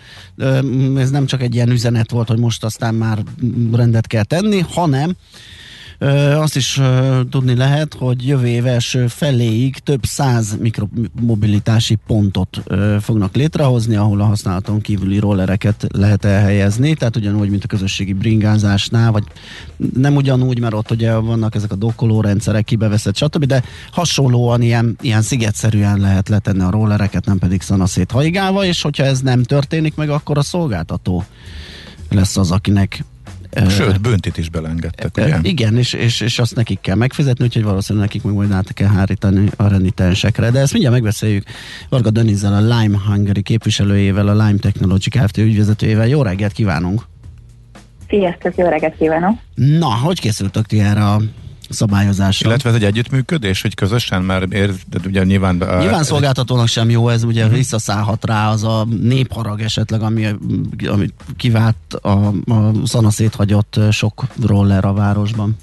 ez nem csak egy ilyen üzenet volt, hogy most aztán már rendet kell tenni, hanem azt is tudni lehet, hogy jövő év első feléig több 100 mikromobilitási pontot fognak létrehozni, ahol a használaton kívüli rollereket lehet elhelyezni, tehát ugyanúgy, mint a közösségi bringázásnál, vagy nem ugyanúgy, mert ott ugye vannak ezek a dokkolórendszerek, kibeveszett, stb., de hasonlóan ilyen szigetszerűen lehet letenni a rollereket, nem pedig szanaszét haigálva, és hogyha ez nem történik meg, akkor a szolgáltató lesz az, akinek sőt, büntit is belengedtek, ugye? Igen, és azt nekik kell megfizetni, úgyhogy valószínűleg nekik meg majd át kell hárítani a renitensekre. De ezt mindjárt megbeszéljük Varga Denizzel, a Lime Hungary képviselőjével, a Lime Technology Kft. Ügyvezetőjével. Jó reggelt kívánunk! Sziasztok, jó reggelt kívánok! Na, hogy készültök ti erre a szabályozásra? Illetve ez egy együttműködés, hogy közösen, mert ugye nyilván szolgáltatónak sem jó ez, ugye visszaszállhat rá az a népharag esetleg, ami kivált a szanaszéthagyott sok roller a városban.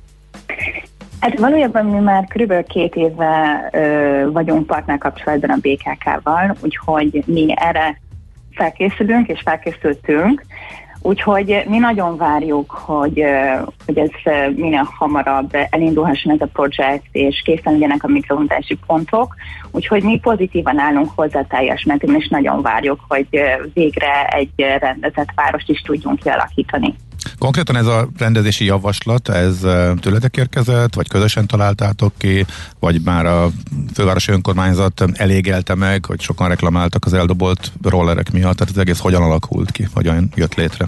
Hát valójában mi már körülbelül 2 éve vagyunk partnerkapcsolatban a BKK-val, úgyhogy mi erre felkészülünk és felkészültünk. Úgyhogy mi nagyon várjuk, hogy ez minél hamarabb elindulhasson ez a projekt, és készen legyenek a mikrohuntási pontok. Úgyhogy mi pozitívan állunk hozzá teljes mértékben, és nagyon várjuk, hogy végre egy rendezett várost is tudjunk kialakítani. Konkrétan ez a rendezési javaslat, ez tőletek érkezett, vagy közösen találtátok ki, vagy már a fővárosi önkormányzat elégelte meg, hogy sokan reklamáltak az eldobolt rollerek miatt, tehát az egész hogyan alakult ki, hogyan jött létre?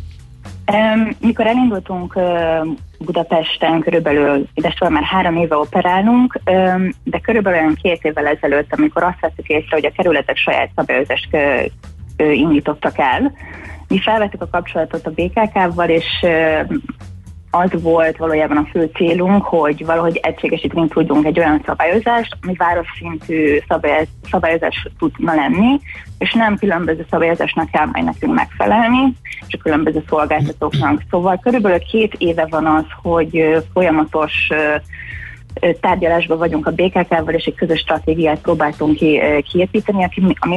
Mikor elindultunk Budapesten, körülbelül idestől már 3 éve operálunk, de körülbelül 2 évvel ezelőtt, amikor azt vettük észre, hogy a kerületek saját szabályozást indítottak el, mi felvettük a kapcsolatot a BKK-val, és az volt valójában a fő célunk, hogy valahogy egységesíteni tudjunk egy olyan szabályozást, ami városszintű szabályozás tudna lenni, és nem különböző szabályozásnak kell majd nekünk megfelelni, és a különböző szolgáltatóknak. Szóval körülbelül 2 éve van az, hogy folyamatos tárgyalásban vagyunk a BKK-val, és egy közös stratégiát próbáltunk kiépíteni, ami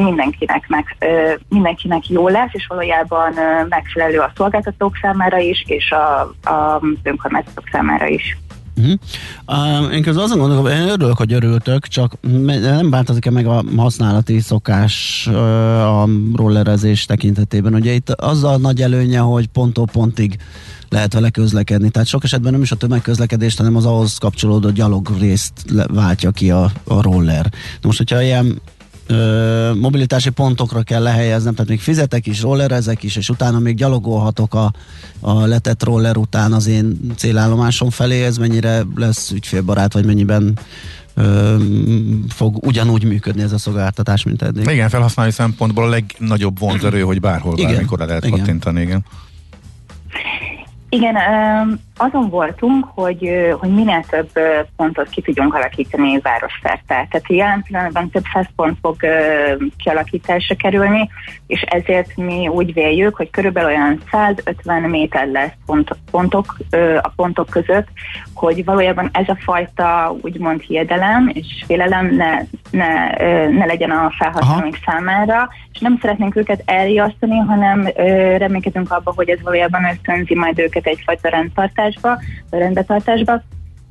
mindenkinek jó lesz, és valójában megfelelő a szolgáltatók számára is, és a önkormányzatok számára is. Én közben azon gondolom, én örülök, hogy örültök, csak nem változik-e meg a használati szokás a rollerezés tekintetében. Ugye itt az a nagy előnye, hogy ponttól pontig lehet vele közlekedni. Tehát sok esetben nem is a tömegközlekedést, hanem az ahhoz kapcsolódó gyalogrészt váltja ki a roller. De most, hogyha ilyen mobilitási pontokra kell lehelyeznem, tehát még fizetek is, rollerezek is, és utána még gyalogolhatok a letett roller után az én célállomásom felé, ez mennyire lesz ügyfélbarát, vagy mennyiben fog ugyanúgy működni ez a szolgáltatás, mint eddig. Igen, felhasználói szempontból a legnagyobb vonzerő, hogy bárhol, bármikor lehet kattintani, igen. Igen, azon voltunk, hogy minél több pontot ki tudjunk alakítani városszerte. Tehát jelen pillanatban több 100 pont fog kialakításra kerülni, és ezért mi úgy véljük, hogy körülbelül olyan 150 méter lesz a pontok között, hogy valójában ez a fajta úgymond hiedelem és félelem ne legyen a felhasználóink számára, és nem szeretnénk őket elriasztani, hanem reménykedünk abba, hogy ez valójában ösztönzi majd őket egyfajta rendbetartásba.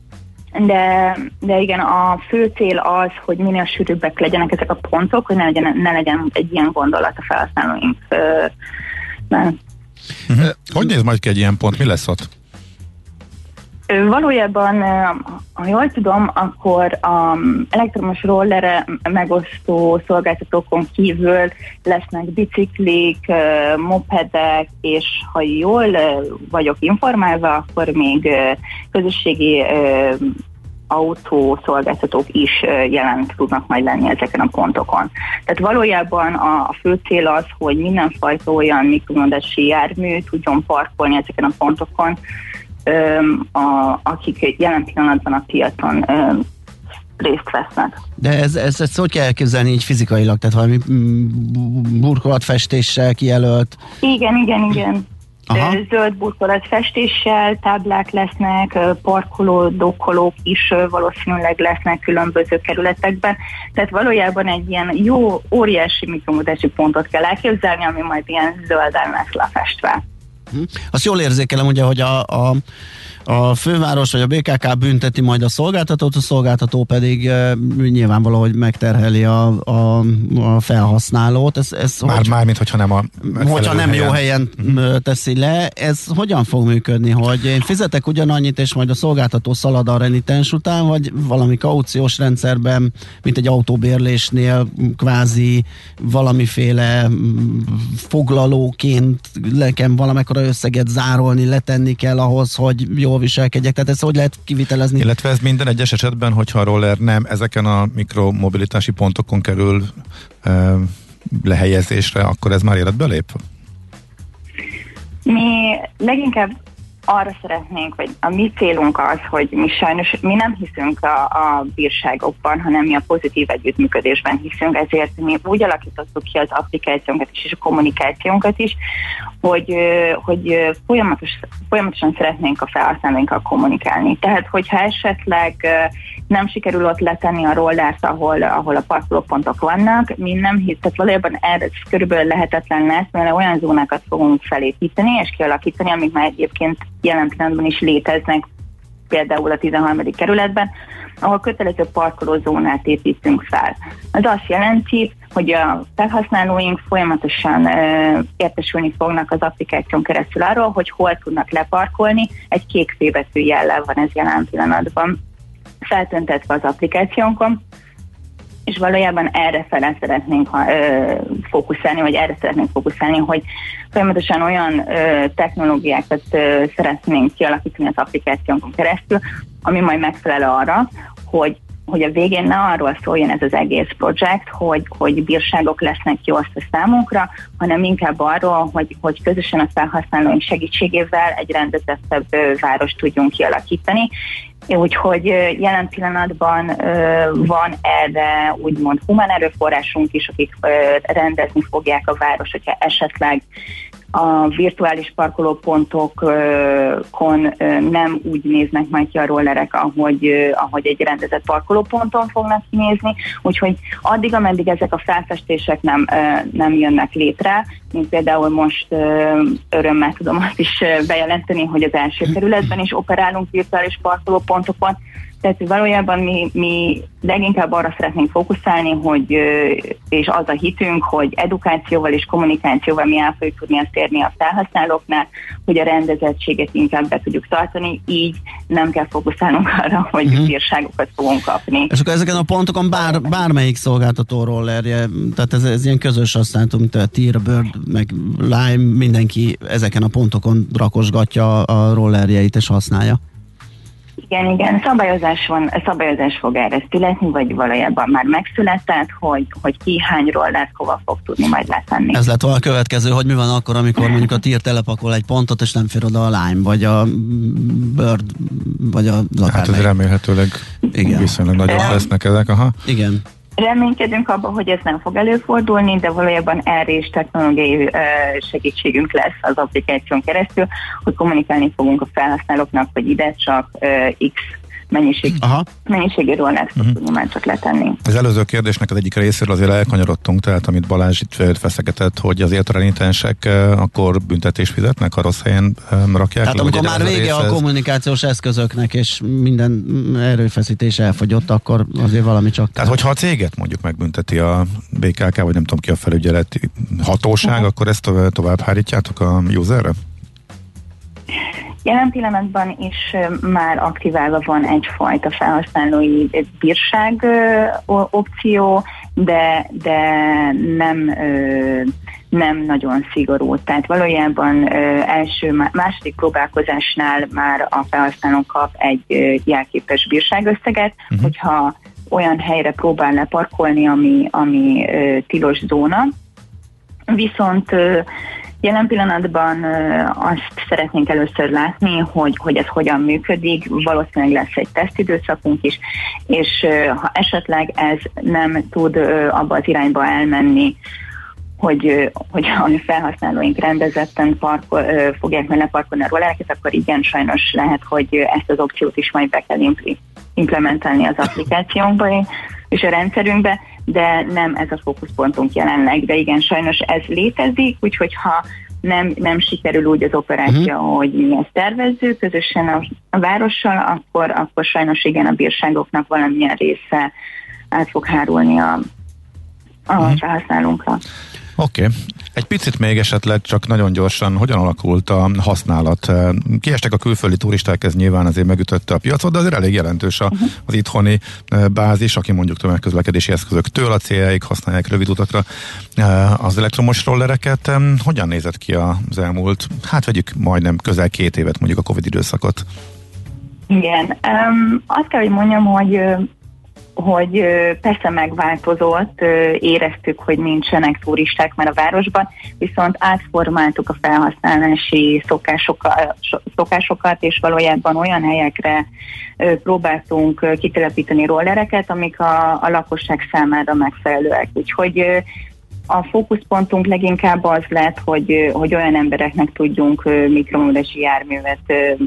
De igen, a fő cél az, hogy minél sűrűbbek legyenek ezek a pontok, hogy ne legyen egy ilyen gondolat a felhasználóink. Hogy néz majd ki egy ilyen pont? Mi lesz ott? Valójában, ha jól tudom, akkor az elektromos rollere megosztó szolgáltatókon kívül lesznek biciklik, mopedek, és ha jól vagyok informálva, akkor még közösségi autószolgáltatók is jelen tudnak majd lenni ezeken a pontokon. Tehát valójában a fő cél az, hogy mindenfajta olyan mikromobilitási jármű tudjon parkolni ezeken a pontokon, akik jelen pillanatban a piacon részt vesznek. De ezt hogy kell elképzelni így fizikailag? Tehát valami burkolatfestéssel kijelölt? Igen. Zöld burkolatfestéssel, táblák lesznek, parkoló, dokkolók is valószínűleg lesznek különböző kerületekben. Tehát valójában egy ilyen jó, óriási mikromobilitási pontot kell elképzelni, ami majd ilyen zölden lesz lefestve. Azt jól érzékelem, ugye, hogy a főváros vagy a BKK bünteti majd a szolgáltató pedig nyilvánvaló, hogy megterheli a felhasználót. Mármint, hogyha nem hogyha nem jó helyen teszi le, ez hogyan fog működni, hogy én fizetek ugyanannyit, és majd a szolgáltató szalad a renitens után, vagy valami kauciós rendszerben, mint egy autóbérlésnél kvázi valamiféle foglalóként nekem valamekkora összeget zárolni, letenni kell ahhoz, hogy jól viselkedjek. Tehát ezt hogy lehet kivitelezni? Illetve ez minden egyes esetben, hogyha a roller nem ezeken a mikromobilitási pontokon kerül lehelyezésre, akkor ez már életbe lép? Mi leginkább arra szeretnénk, vagy a mi célunk az, hogy mi nem hiszünk a bírságokban, hanem mi a pozitív együttműködésben hiszünk, ezért mi úgy alakítottuk ki az applikációnkat is, és a kommunikációnkat is, hogy folyamatosan szeretnénk a felhasználóinkkal kommunikálni. Tehát, hogyha esetleg nem sikerül ott letenni a rollert, ahol a parkolópontok vannak, mi nem hisz, tehát valójában ez körülbelül lehetetlen lesz, mert olyan zónákat fogunk felépíteni és kialakítani, amik már egyébként jelen pillanatban is léteznek, például a 13. kerületben, ahol kötelező parkolózónát építünk fel. Ez azt jelenti, hogy a felhasználóink folyamatosan értesülni fognak az applikáción keresztül arról, hogy hol tudnak leparkolni. Egy kék félbetű jellel van ez jelen pillanatban feltüntetve az applikációnkon, és valójában erre szeretnénk fókuszálni, hogy folyamatosan olyan technológiákat szeretnénk kialakítani az applikációnkon keresztül, ami majd megfelel arra, hogy a végén ne arról szóljon ez az egész projekt, hogy bírságok lesznek jó azt a számunkra, hanem inkább arról, hogy közösen a felhasználóink segítségével egy rendezettebb várost tudjunk kialakítani. Úgyhogy jelen pillanatban van erre úgymond humán erőforrásunk is, akik rendezni fogják a város, hogyha esetleg a virtuális parkolópontokon nem úgy néznek majd ki a rollerek, ahogy egy rendezett parkolóponton fognak kinézni, úgyhogy addig, ameddig ezek a felfestések nem jönnek létre, mint például most örömmel tudom azt is bejelenteni, hogy az első kerületben is operálunk virtuális parkolópontokon. Tehát valójában mi leginkább arra szeretnénk fókuszálni, és az a hitünk, hogy edukációval és kommunikációval mi el fogjuk tudni azt érni a felhasználóknál, hogy a rendezettséget inkább be tudjuk tartani, így nem kell fókuszálnunk arra, hogy bírságokat fogunk kapni. És akkor ezeken a pontokon bármelyik szolgáltató rollerje, tehát ez ilyen közös használatom, mint a Tier, Bird, meg Lime, mindenki ezeken a pontokon rakosgatja a rollerjeit és használja. Igen, szabályozás fog erre születni, vagy valójában már megszületett, hogy ki hány rollert hova fog tudni majd letenni. Ez lett volna a következő, hogy mi van akkor, amikor mondjuk a Tier telepakol egy pontot, és nem fér oda a Lime, vagy a Bird, vagy a Hát ez remélhetőleg viszonylag nagyon lesznek ezek, Igen. Reménykedünk abban, hogy ez nem fog előfordulni, de valójában erre is technológiai segítségünk lesz az applikáción keresztül, hogy kommunikálni fogunk a felhasználóknak, hogy ide csak X mennyiségű rollert fog tudni már csak letenni. Az előző kérdésnek az egyik részéről azért elkanyarodtunk, tehát amit Balázs itt feszegetett, hogy azért a renitensek akkor büntetést fizetnek, ha rossz helyen rakják. Tehát amikor már vége a kommunikációs eszközöknek, és minden erőfeszítés elfogyott, akkor azért valami csak... Tehát hogyha a céget mondjuk megbünteti a BKK, vagy nem tudom ki a felügyeleti hatóság, akkor ezt tovább hárítjátok a userre? Jelen pillanatban is már aktiválva van egyfajta felhasználói bírság opció, de nem nagyon szigorú. Tehát valójában második próbálkozásnál már a felhasználó kap egy jelképes bírságösszeget, hogyha olyan helyre próbál leparkolni, ami tilos zóna. Viszont jelen pillanatban azt szeretnénk először látni, hogy ez hogyan működik, valószínűleg lesz egy tesztidőszakunk is, és ha esetleg ez nem tud abba az irányba elmenni, hogy a felhasználóink rendezetten fogják meg leparkolni a rollereket, akkor igen, sajnos lehet, hogy ezt az opciót is majd be kell implementálni az applikációnkba és a rendszerünkbe, de nem ez a fókuszpontunk jelenleg, de igen, sajnos ez létezik, úgyhogy ha nem sikerül úgy az operáció, hogy mi ezt tervezzük közösen a várossal, akkor sajnos igen, a bírságoknak valamilyen része át fog hárulni a felhasználónkra. Oké. Egy picit még esetleg csak nagyon gyorsan, hogyan alakult a használat? Kiestek a külföldi turisták, ez nyilván azért megütötte a piacot, de azért elég jelentős az itthoni bázis, aki mondjuk tömegközlekedési eszközöktől a céljáig használják rövid utakra az elektromos rollereket. Hogyan nézett ki az elmúlt, vegyük majdnem közel 2 évet, mondjuk a Covid időszakot? Igen. Azt kell, hogy mondjam, hogy persze megváltozott, éreztük, hogy nincsenek turisták már a városban, viszont átformáltuk a felhasználási szokásokat, és valójában olyan helyekre próbáltunk kitelepíteni rollereket, amik a lakosság számára megfelelőek. Úgyhogy a fókuszpontunk leginkább az lett, hogy olyan embereknek tudjunk mikromódesi járművet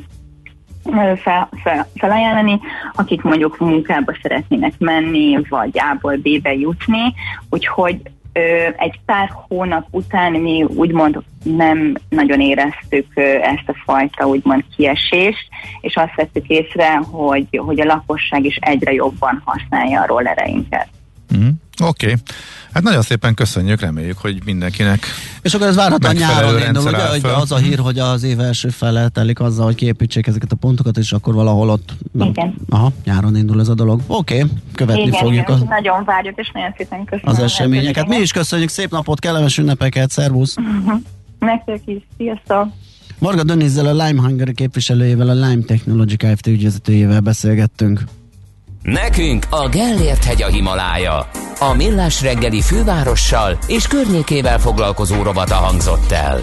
felajánlani, akik mondjuk munkába szeretnének menni, vagy A-ból B-be jutni, úgyhogy egy pár hónap után mi úgymond nem nagyon éreztük ezt a fajta úgymond kiesést, és azt vettük észre, hogy a lakosság is egyre jobban használja a rollereinket. Oké. Hát nagyon szépen köszönjük, reméljük, hogy mindenkinek. És akkor ez várhatóan nyáron indul, ugye, hogy az a hír, hogy az év első fele telik azzal, hogy kiépítsék ezeket a pontokat, és akkor valahol ott nyáron indul ez a dolog. Oké, követni fogjuk. Nagyon várjuk, és nagyon szépen köszönöm az eseményeket. Mi is köszönjük, szép napot, kellemes ünnepeket, szervusz! Nektek is, sziasztok! Varga Dönizzel, a Lime Hungary képviselőjével, a Lime Technology Kft. Ügyvezetőjével beszélgettünk. Nekünk a Gellért-hegy a Himalája. A Millás reggeli fővárossal és környékével foglalkozó rovata hangzott el.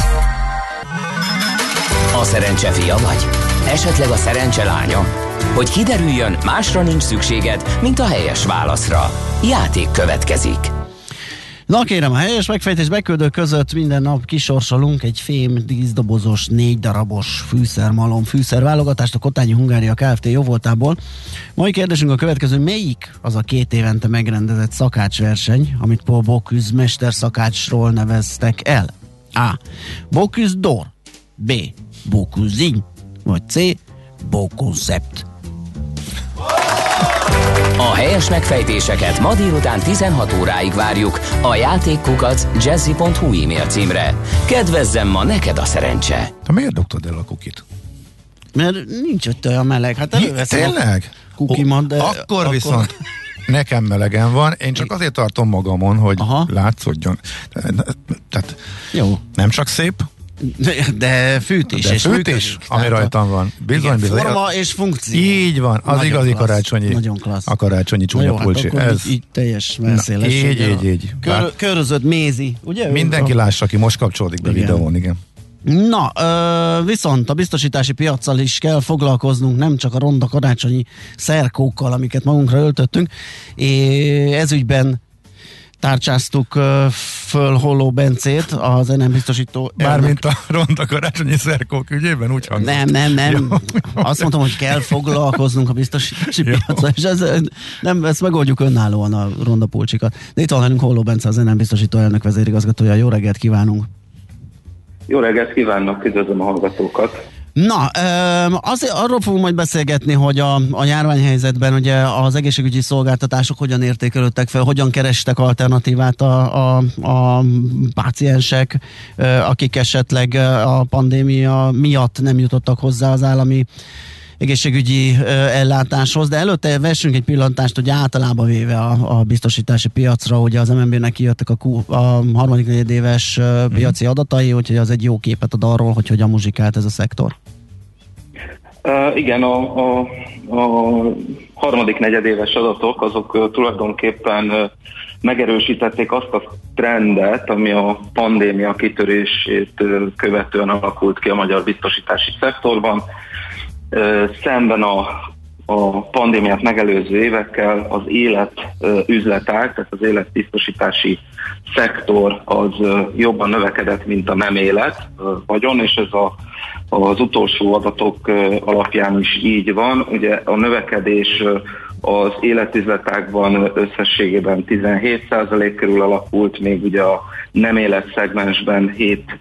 A szerencse fia vagy? Esetleg a szerencse lánya? Hogy kiderüljön, másra nincs szükséged, mint a helyes válaszra. Játék következik. Na kérem, a helyes megfejtés beküldők között minden nap kisorsolunk egy fém díszdobozos 4 darabos fűszermalom fűszerválogatást a Kotányi Hungária Kft. Jóvoltából. Mai kérdésünk a következő: melyik az a 2 évente megrendezett szakácsverseny, amit Paul Bocuse mesterszakácsról neveztek el? A. Bocuse d'Or, B. Bocuse, vagy C. Boconcept. A helyes megfejtéseket ma délután 16 óráig várjuk a játékkukac jazzy.hu e-mail címre. Kedvezzem ma neked a szerencse! Te miért dobtad el a kukit? Mert nincs ott olyan meleg. Hát tényleg? Kukimat, de akkor viszont nekem melegen van, én csak azért tartom magamon, hogy látszódjon. Tehát jó. Nem csak szép, de fűtés, de és fűtés, ami rajtam van. Bizony, bizony. Forma és funkció. Így van, az nagyon igazi klassz, karácsonyi. Nagyon klassz. A karácsonyi csúnya pulcsi. Hát ez így teljes messzéles. Így. Körözött mézi, ugye? Mindenki lássa, aki most kapcsolódik be videón, igen. Na, viszont a biztosítási piaccal is kell foglalkoznunk, nem csak a ronda karácsonyi szerkókkal, amiket magunkra öltöttünk. Ez ügyben tárcsáztuk föl Holló Bencét, az NM biztosító... Bármint a ronda karácsonyi szerkók ügyében úgy hangzott. Nem. Azt mondtam, hogy kell foglalkoznunk a biztosítási piaccal, és ezt megoldjuk önállóan a ronda pulcsikat. De itt van velünk Holló Bence, az NM biztosító elnök vezérigazgatója. Jó reggelt kívánunk! Jó reggelt kívánok, üdvözlöm a hallgatókat! Na, arról fogunk majd beszélgetni, hogy a járványhelyzetben ugye az egészségügyi szolgáltatások hogyan értékelődtek fel, hogyan kerestek alternatívát a páciensek, akik esetleg a pandémia miatt nem jutottak hozzá az állami egészségügyi ellátáshoz, de előtte vessünk egy pillantást, hogy általában véve a biztosítási piacra, ugye az MNB-nek kijöttek a harmadik negyedéves piaci adatai, úgyhogy az egy jó képet ad arról, hogy hogyan muzsikált ez a szektor. Igen, a harmadik negyedéves adatok, azok tulajdonképpen megerősítették azt a trendet, ami a pandémia kitörését követően alakult ki a magyar biztosítási szektorban. Szemben a pandémiát megelőző évekkel az életüzletág, tehát az életbiztosítási szektor az jobban növekedett, mint a nem élet vagyon, és ez az utolsó adatok alapján is így van. Ugye a növekedés az életüzletágban összességében 17% körül alakult, még ugye a nem élet szegmensben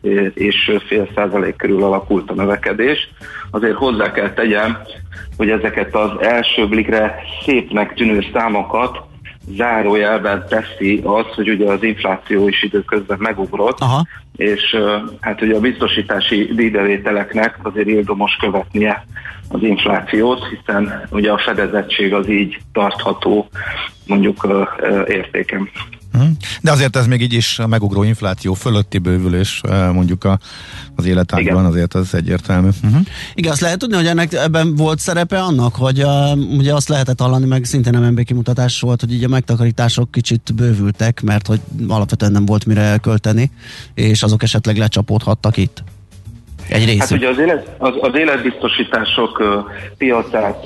7,5% körül alakult a növekedés. Azért hozzá kell tegyem, hogy ezeket az első blikre szépnek tűnő számokat zárójelben teszi az, hogy ugye az infláció is időközben megugrott, és hát ugye a biztosítási díjbevételeknek azért érdemes követnie az inflációt, hiszen ugye a fedezettség az így tartható mondjuk értéken. De azért ez még így is a megugró infláció fölötti bővülés mondjuk az életágban, azért az egyértelmű. Igen, azt lehet tudni, hogy ebben volt szerepe annak, hogy ugye azt lehetett hallani, meg szintén MNB kimutatás volt, hogy így a megtakarítások kicsit bővültek, mert hogy alapvetően nem volt mire elkölteni, és azok esetleg lecsapódhattak itt. Egy részük. Hát ugye az életbiztosítások piacát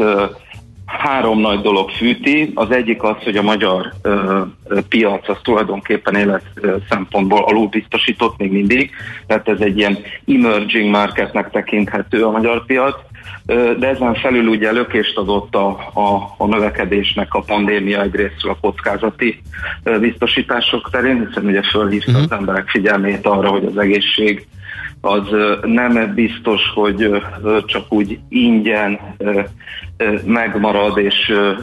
három nagy dolog fűti. Az egyik az, hogy a magyar piac az tulajdonképpen élet szempontból alulbiztosított még mindig, tehát ez egy ilyen emerging marketnek tekinthető a magyar piac, de ezen felül ugye lökést adott a növekedésnek a pandémia egyrésztről a kockázati biztosítások terén, hiszen ugye fölhívta az emberek figyelmét arra, hogy az egészség az nem biztos, hogy csak úgy ingyen megmarad, és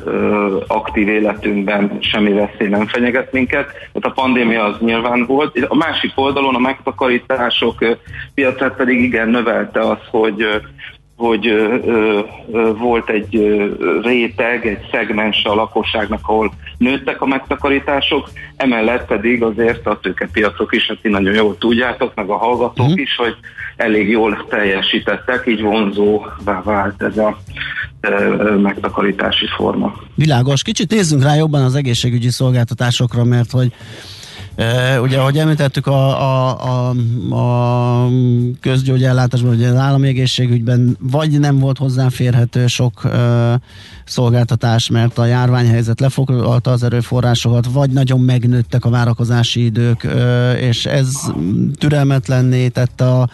aktív életünkben semmi veszély nem fenyeget minket. Tehát a pandémia az nyilván volt. A másik oldalon a megtakarítások piacát pedig igen növelte az, hogy volt egy réteg, egy szegmens a lakosságnak, ahol nőttek a megtakarítások, emellett pedig azért a tőkepiacok is, hát ti nagyon jól tudjátok, meg a hallgatók is, hogy elég jól teljesítettek, így vonzóvá vált ez a megtakarítási forma. Világos. Kicsit nézzünk rá jobban az egészségügyi szolgáltatásokra, mert hogy ugye, ahogy említettük, a közgyógyellátásban, ugye az állami egészségügyben vagy nem volt hozzáférhető sok szolgáltatás, mert a járványhelyzet lefoglalta az erőforrásokat, vagy nagyon megnőttek a várakozási idők, és ez türelmetlenné tette a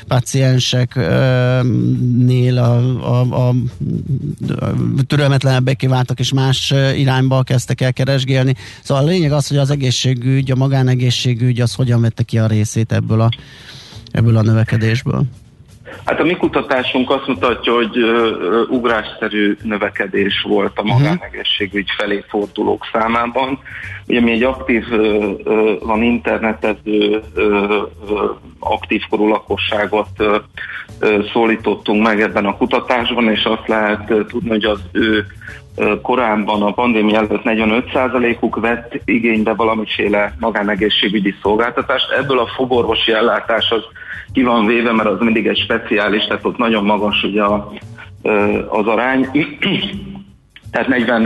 pácienseknél a türelmetlenebbeké váltak, és más irányba kezdtek el keresgélni. Szóval a lényeg az, hogy az egészségügy, a magánegészségügy az hogyan vette ki a részét ebből a növekedésből. Hát a mi kutatásunk azt mutatja, hogy ugrásszerű növekedés volt a magánegészségügy felé fordulók számában. Ugye mi egy aktív, van internetező, aktívkorú lakosságot szólítottunk meg ebben a kutatásban, és azt lehet tudni, hogy az ő korábban a pandémia előtt 45%-uk vett igénybe valamiféle magánegészségügyi szolgáltatást. Ebből a fogorvosi ellátás az ki van véve, mert az mindig egy speciális, tehát ott nagyon magas ugye az arány. Tehát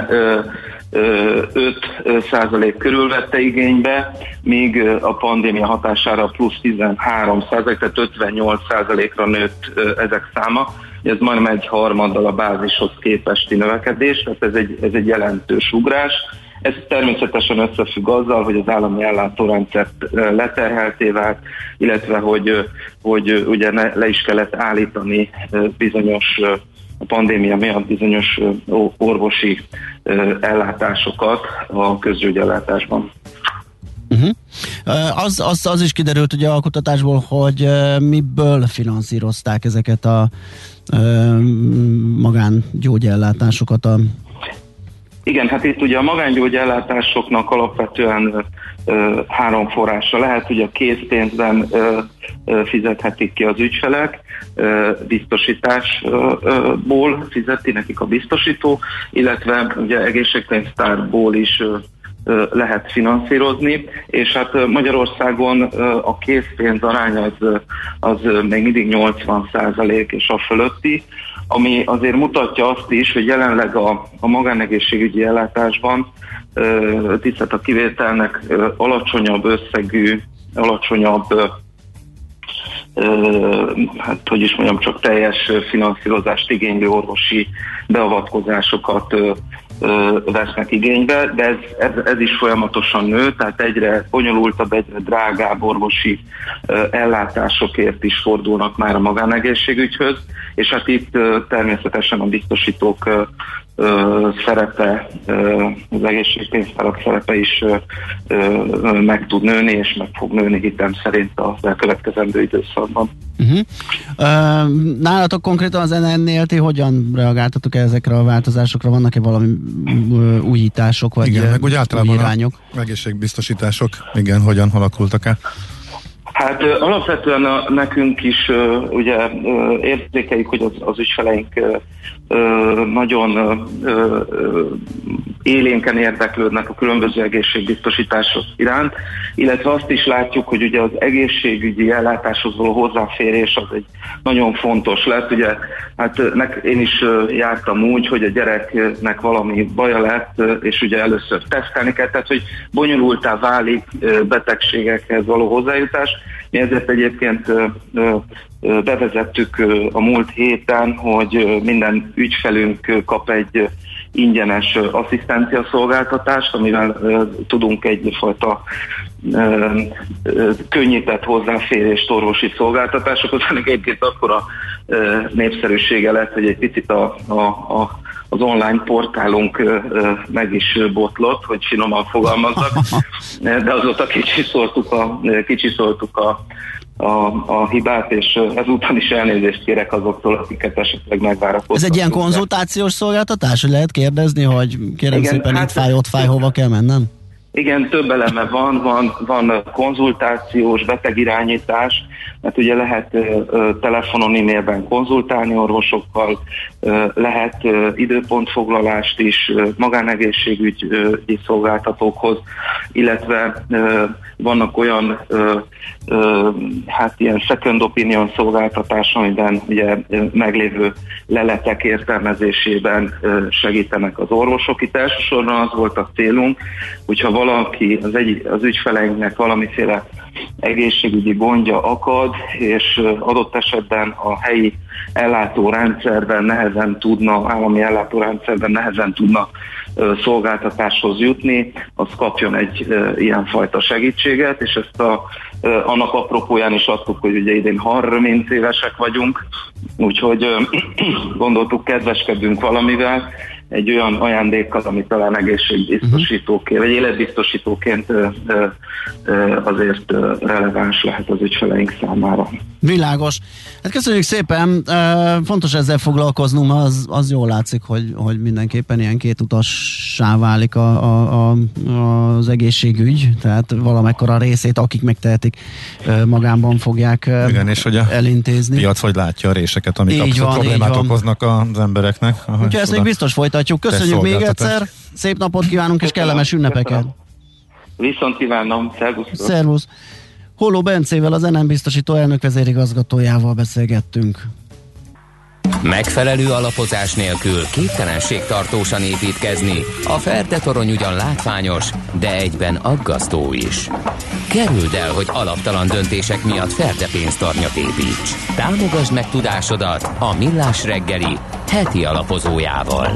45% körül vette igénybe, míg a pandémia hatására plusz 13%, tehát 58%-ra nőtt ezek száma. Ez majdnem egy harmaddal a bázishoz képesti növekedés, tehát ez egy jelentős ugrás. Ez természetesen összefügg azzal, hogy az állami ellátórendszert leterhelté vált, illetve hogy ugye le is kellett állítani bizonyos a pandémia miatt bizonyos orvosi ellátásokat a közgyógyellátásban. Az is kiderült ugye a kutatásból, hogy miből finanszírozták ezeket a magángyógyellátásokat. Igen, hát itt ugye a magángyógyellátásoknak alapvetően három forrása lehet, ugye a készpénzben fizethetik ki az ügyfelek, biztosításból fizeti nekik a biztosító, illetve ugye egészségpénztárból is lehet finanszírozni, és hát Magyarországon a készpénz arány az még mindig 80% és a fölötti, ami azért mutatja azt is, hogy jelenleg a magánegészségügyi ellátásban tisztelt a kivételnek alacsonyabb összegű, hát hogy is mondjam, csak teljes finanszírozást igénylő orvosi beavatkozásokat vesznek igénybe, de ez is folyamatosan nő, tehát egyre bonyolultabb, egyre drágább orvosi ellátásokért is fordulnak már a magánegészségügyhöz, és hát itt természetesen a biztosítók szerepe, az egészségpénztárak szerepe is meg tud nőni, és meg fog nőni hitem szerint az elkövetkezendő időszakban. Nálatok konkrétan az NN-nél ti hogyan reagáltatok ezekre a változásokra? Vannak-e valami újítások, vagy igen, meg úgy általában irányok? Egészségbiztosítások, igen, hogyan alakultak el? Hát alapvetően nekünk is ugye érzékeljük, hogy az ügyfeleink nagyon élénken érdeklődnek a különböző egészségbiztosítások iránt, illetve azt is látjuk, hogy ugye az egészségügyi ellátáshoz való hozzáférés az egy nagyon fontos lett. Ugye, hát én is jártam úgy, hogy a gyereknek valami baja lett, és ugye először tesztelni kell, tehát hogy bonyolultá válik betegségekhez való hozzájutás. Mi ezért egyébként bevezettük a múlt héten, hogy minden ügyfelünk kap egy ingyenes asszisztencia szolgáltatást, amivel tudunk egyfajta könnyített hozzáférést orvosi szolgáltatásokhoz. Ennek egyébként akkora népszerűsége lett, hogy egy picit az online portálunk meg is botlott, hogy finoman fogalmazzak, de azóta kicsiszoltuk a hibát, és ezúttal is elnézést kérek azoktól, akiket esetleg megvárakoztatunk. Ez egy ilyen konzultációs szolgáltatás, hogy lehet kérdezni, hogy kérem igen, szépen hát itt fáj, ott fáj, hova kell mennem? Igen, több eleme van konzultációs, betegirányítás, mert ugye lehet telefonon, e-mailben konzultálni orvosokkal, lehet időpontfoglalást is magánegészségügyi szolgáltatókhoz, illetve vannak olyan hát ilyen second opinion szolgáltatás, amiben ugye meglévő leletek értelmezésében segítenek az orvosok. Itt elsősorban az volt a célunk, hogyha valaki, az ügyfeleinknek valamiféle egészségügyi gondja akad, és adott esetben a helyi ellátórendszerben állami ellátórendszerben nehezen tudna szolgáltatáshoz jutni, az kapjon egy ilyenfajta segítséget, és ezt annak apropóján is adtuk, hogy ugye idén 30 évesek vagyunk, úgyhogy gondoltuk, kedveskedünk valamivel, egy olyan ajándékkal, ami talán egészségbiztosítóként, vagy életbiztosítóként azért releváns lehet az ügyfeleink számára. Világos. Hát köszönjük szépen, fontos ezzel foglalkoznunk, az jól látszik, hogy mindenképpen ilyen kétutassá válik az egészségügy, tehát valamekkora részét, akik megtehetik, magánban fogják és hogy elintézni. Piac hogy látja a réseket, amik abszolút problémát okoznak az embereknek. Úgyhogy ezt még biztos folytatjuk. Köszönjük még egyszer, szép napot kívánunk, és kellemes ünnepeket. Viszont kívánom, szervusz. Holló Bencével, az NM Biztosító elnök vezérigazgatójával beszélgettünk. Megfelelő alapozás nélkül képtelenség tartósan építkezni. A Ferde torony ugyan látványos, de egyben aggasztó is. Kerüld el, hogy alaptalan döntések miatt Ferde pénztarnyat építs. Támogasd meg tudásodat a Millás reggeli heti alapozójával.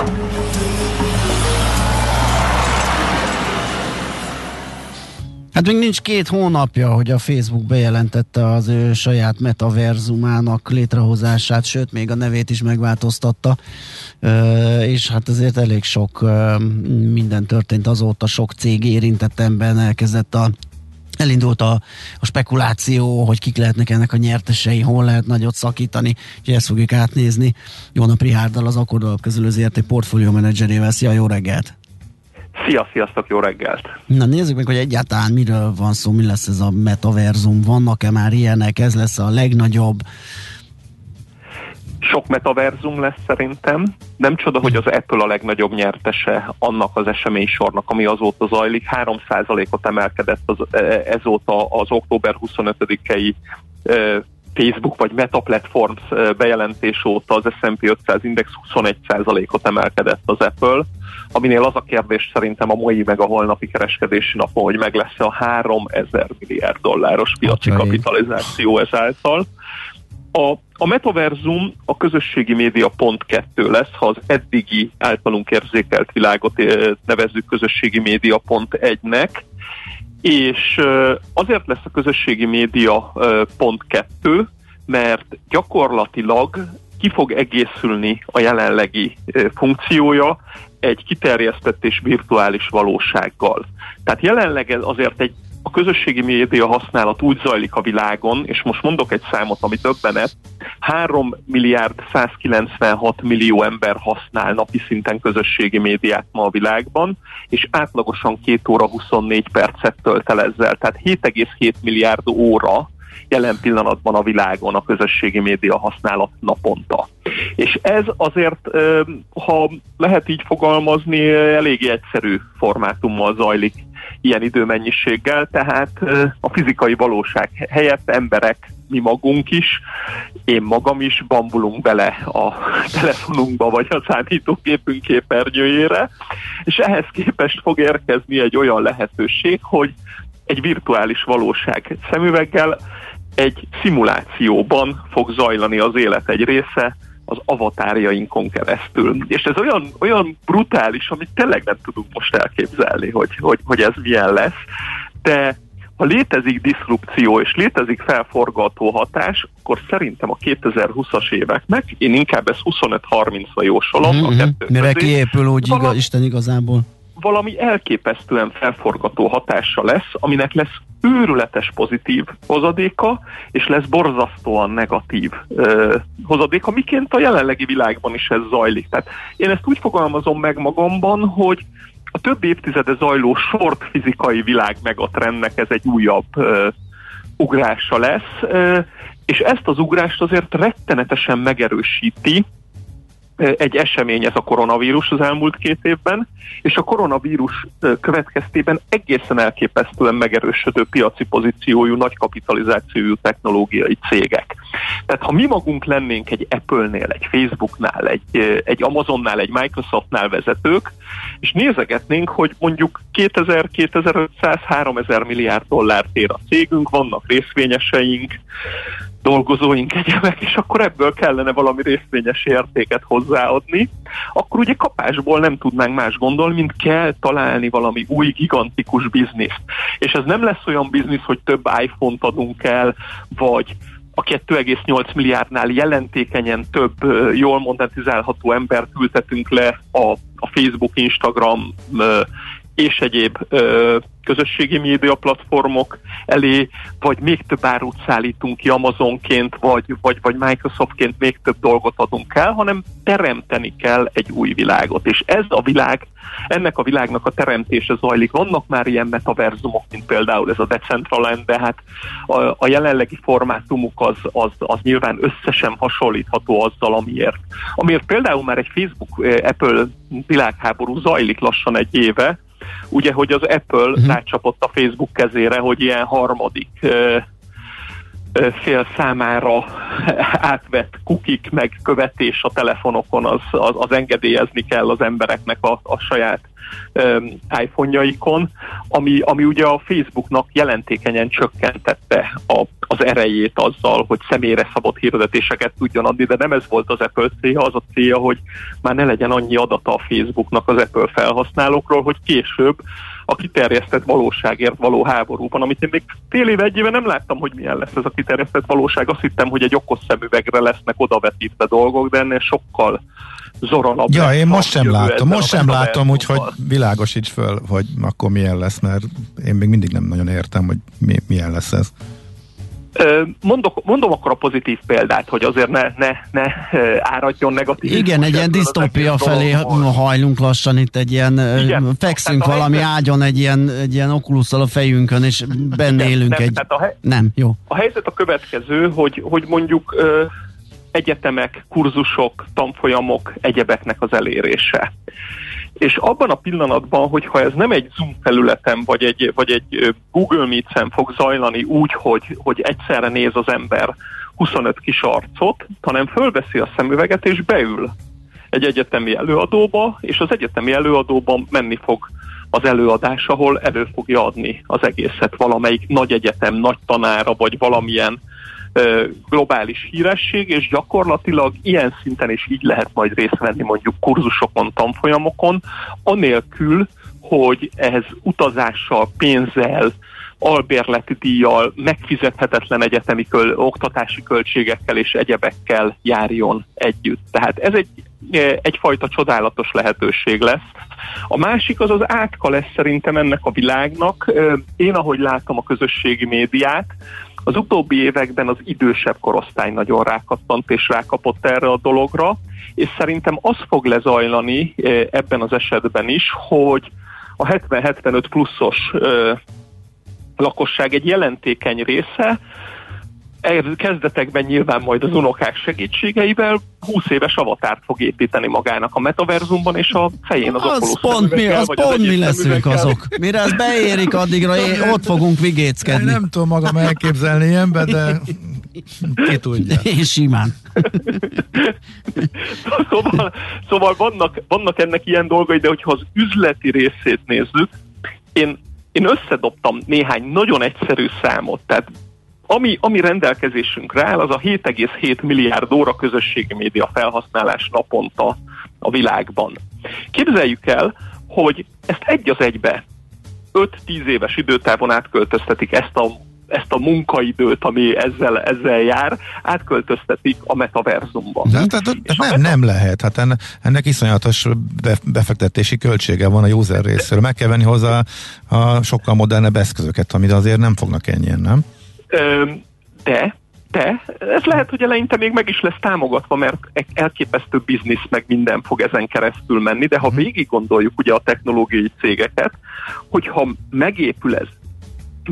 Hát még nincs 2 hónapja, hogy a Facebook bejelentette az ő saját metaverzumának létrehozását, sőt, még a nevét is megváltoztatta, és hát azért elég sok minden történt azóta, sok cég érintett emberen elindult a spekuláció, hogy kik lehetnek ennek a nyertesei, hol lehet nagyot szakítani, és ezt fogjuk átnézni. Jóna Prihárdal, az Akkord Alapkezelő ZRT portfólió menedzserével. Szia, jó reggelt! Sziasztok, jó reggelt! Na nézzük meg, hogy egyáltalán miről van szó, mi lesz ez a metaverzum, vannak-e már ilyenek, ez lesz a legnagyobb? Sok metaverzum lesz szerintem. Nem csoda, hogy az Apple a legnagyobb nyertese annak az eseménysornak, ami azóta zajlik. 3%-ot emelkedett ezóta az október 25-i Facebook vagy Meta Platforms bejelentés óta az S&P 500 index 21%-ot emelkedett az Apple, aminél az a kérdés szerintem a mai meg a holnapi kereskedési napon, hogy meg lesz a 3000 milliárd dolláros piaci kapitalizáció ezáltal. A metaverzum a közösségi média pont 2 lesz, ha az eddigi általunk érzékelt világot nevezzük közösségi média pont 1-nek, és azért lesz a közösségi média pont 2, mert gyakorlatilag ki fog egészülni a jelenlegi funkciója egy kiterjesztett és virtuális valósággal. Tehát jelenleg azért a közösségi média használat úgy zajlik a világon, és most mondok egy számot, ami döbbenet, 3 milliárd 196 millió ember használ napi szinten közösségi médiát ma a világban, és átlagosan 2 óra 24 percet tölt el ezzel. Tehát 7,7 milliárd óra jelen pillanatban a világon a közösségi média használat naponta. És ez azért, ha lehet így fogalmazni, eléggé egyszerű formátummal zajlik ilyen időmennyiséggel, tehát a fizikai valóság helyett emberek, mi magunk is, én magam is bambulunk bele a telefonunkba vagy a számítógépünk képernyőjére, és ehhez képest fog érkezni egy olyan lehetőség, hogy egy virtuális valóság szemüveggel egy szimulációban fog zajlani az élet egy része, az avatárjainkon keresztül. És ez olyan brutális, amit tényleg nem tudunk most elképzelni, hogy ez milyen lesz, de ha létezik diszrupció és létezik felforgató hatás, akkor szerintem a 2020-as éveknek, én inkább ezt 25-30-ra jósolom. Mire kiépül úgy Isten igazából? Valami elképesztően felforgató hatása lesz, aminek lesz őrületes pozitív hozadéka, és lesz borzasztóan negatív hozadéka, miként a jelenlegi világban is ez zajlik. Tehát én ezt úgy fogalmazom meg magamban, hogy a több évtizede zajló short fizikai világ megatrendnek ez egy újabb ugrása lesz, és ezt az ugrást azért rettenetesen megerősíti egy esemény, ez a koronavírus az elmúlt 2 évben, és a koronavírus következtében egészen elképesztően megerősödő piaci pozíciójú, nagy kapitalizációjú technológiai cégek. Tehát ha mi magunk lennénk egy Apple-nél, egy Facebooknál, egy Amazonnál, egy Microsoftnál vezetők, és nézegetnénk, hogy mondjuk 2000-2500-3000 milliárd dollárt ér a cégünk, vannak részvényeseink, dolgozóink, egyebek, és akkor ebből kellene valami részvényes értéket hozzáadni, akkor ugye kapásból nem tudnánk más gondolni, mint kell találni valami új gigantikus bizniszt. És ez nem lesz olyan biznisz, hogy több iPhone-t adunk el, vagy a 2,8 milliárdnál jelentékenyen több jól monetizálható embert ültetünk le a Facebook, Instagram és egyéb közösségi média platformok elé, vagy még több árut szállítunk ki Amazonként, vagy Microsoftként még több dolgot adunk el, hanem teremteni kell egy új világot. És ez a világ, ennek a világnak a teremtése zajlik. Vannak már ilyen metaverzumok, mint például ez a Decentraland, de hát a jelenlegi formátumuk az nyilván összesen hasonlítható azzal, amiért például már egy Facebook-Apple világháború zajlik lassan 1 éve, ugye, hogy az Apple rácsapott a Facebook kezére, hogy ilyen harmadik fél számára átvett kukik meg követés a telefonokon, az engedélyezni kell az embereknek a saját iPhone-jaikon, ami ugye a Facebooknak jelentékenyen csökkentette az erejét azzal, hogy személyre szabott hirdetéseket tudjon adni, de nem ez volt az Apple célja, az a célja, hogy már ne legyen annyi adata a Facebooknak az Apple felhasználókról, hogy később a kiterjesztett valóságért való háborúban, amit én még fél éve, 1 éve nem láttam, hogy milyen lesz ez a kiterjesztett valóság. Azt hittem, hogy egy okos szemüvegre lesznek odavetítve dolgok, de ennél sokkal zoranabb. Ja, én most sem látom, úgyhogy világosíts föl, hogy akkor milyen lesz, mert én még mindig nem nagyon értem, hogy milyen lesz ez. Mondom akkor a pozitív példát, hogy azért ne áradjon negatív. Igen, egy ilyen disztópia felé hajlunk lassan itt, egy ilyen fekszünk valami ágyon, egy ilyen okulusszal a fejünkön, és benne élünk jó. A helyzet a következő, hogy mondjuk egyetemek, kurzusok, tanfolyamok, egyebeknek az elérése. És abban a pillanatban, hogyha ez nem egy Zoom felületen, vagy egy Google Meet-en fog zajlani úgy, hogy egyszerre néz az ember 25 kis arcot, hanem fölveszi a szemüveget és beül egy egyetemi előadóba, és az egyetemi előadóban menni fog az előadás, ahol elő fogja adni az egészet valamelyik nagy egyetem, nagy tanára, vagy valamilyen globális híresség, és gyakorlatilag ilyen szinten is így lehet majd részt venni mondjuk kurzusokon, tanfolyamokon, anélkül, hogy ehhez utazással, pénzzel, albérleti díjjal, megfizethetetlen egyetemi oktatási költségekkel és egyebekkel járjon együtt. Tehát ez egyfajta csodálatos lehetőség lesz. A másik az átka lesz szerintem ennek a világnak. Én, ahogy látom a közösségi médiát, az utóbbi években az idősebb korosztály nagyon rákattant és rákapott erre a dologra, és szerintem az fog lezajlani ebben az esetben is, hogy a 70-75 pluszos lakosság egy jelentékeny része kezdetekben nyilván majd az unokák segítségeivel 20 éves avatárt fog építeni magának a metaverzumban, és a fején az Oculus szemüveggel, vagy pont mi leszünk azok. Mire ez beérik, addigra ott fogunk vigéckedni. Nem tudom magam elképzelni ilyenbe, de ki tudja. Én simán. Szóval vannak ennek ilyen dolgai, de hogyha az üzleti részét nézzük, én összedobtam néhány nagyon egyszerű számot, tehát ami rendelkezésünkre áll, az a 7,7 milliárd óra közösségi média felhasználás naponta a világban. Képzeljük el, hogy ezt egy az egybe 5-10 éves időtávon átköltöztetik ezt a munkaidőt, ami ezzel jár, átköltöztetik a metaverzumba. Nem lehet. Hát ennek iszonyatos befektetési költsége van a user részéről. Meg kell venni hozzá a sokkal modernebb eszközöket, amit azért nem fognak ennyien, nem? De ez lehet, hogy eleinte még meg is lesz támogatva, mert elképesztő biznisz meg minden fog ezen keresztül menni, de ha végig gondoljuk ugye a technológiai cégeket, hogyha megépül ez,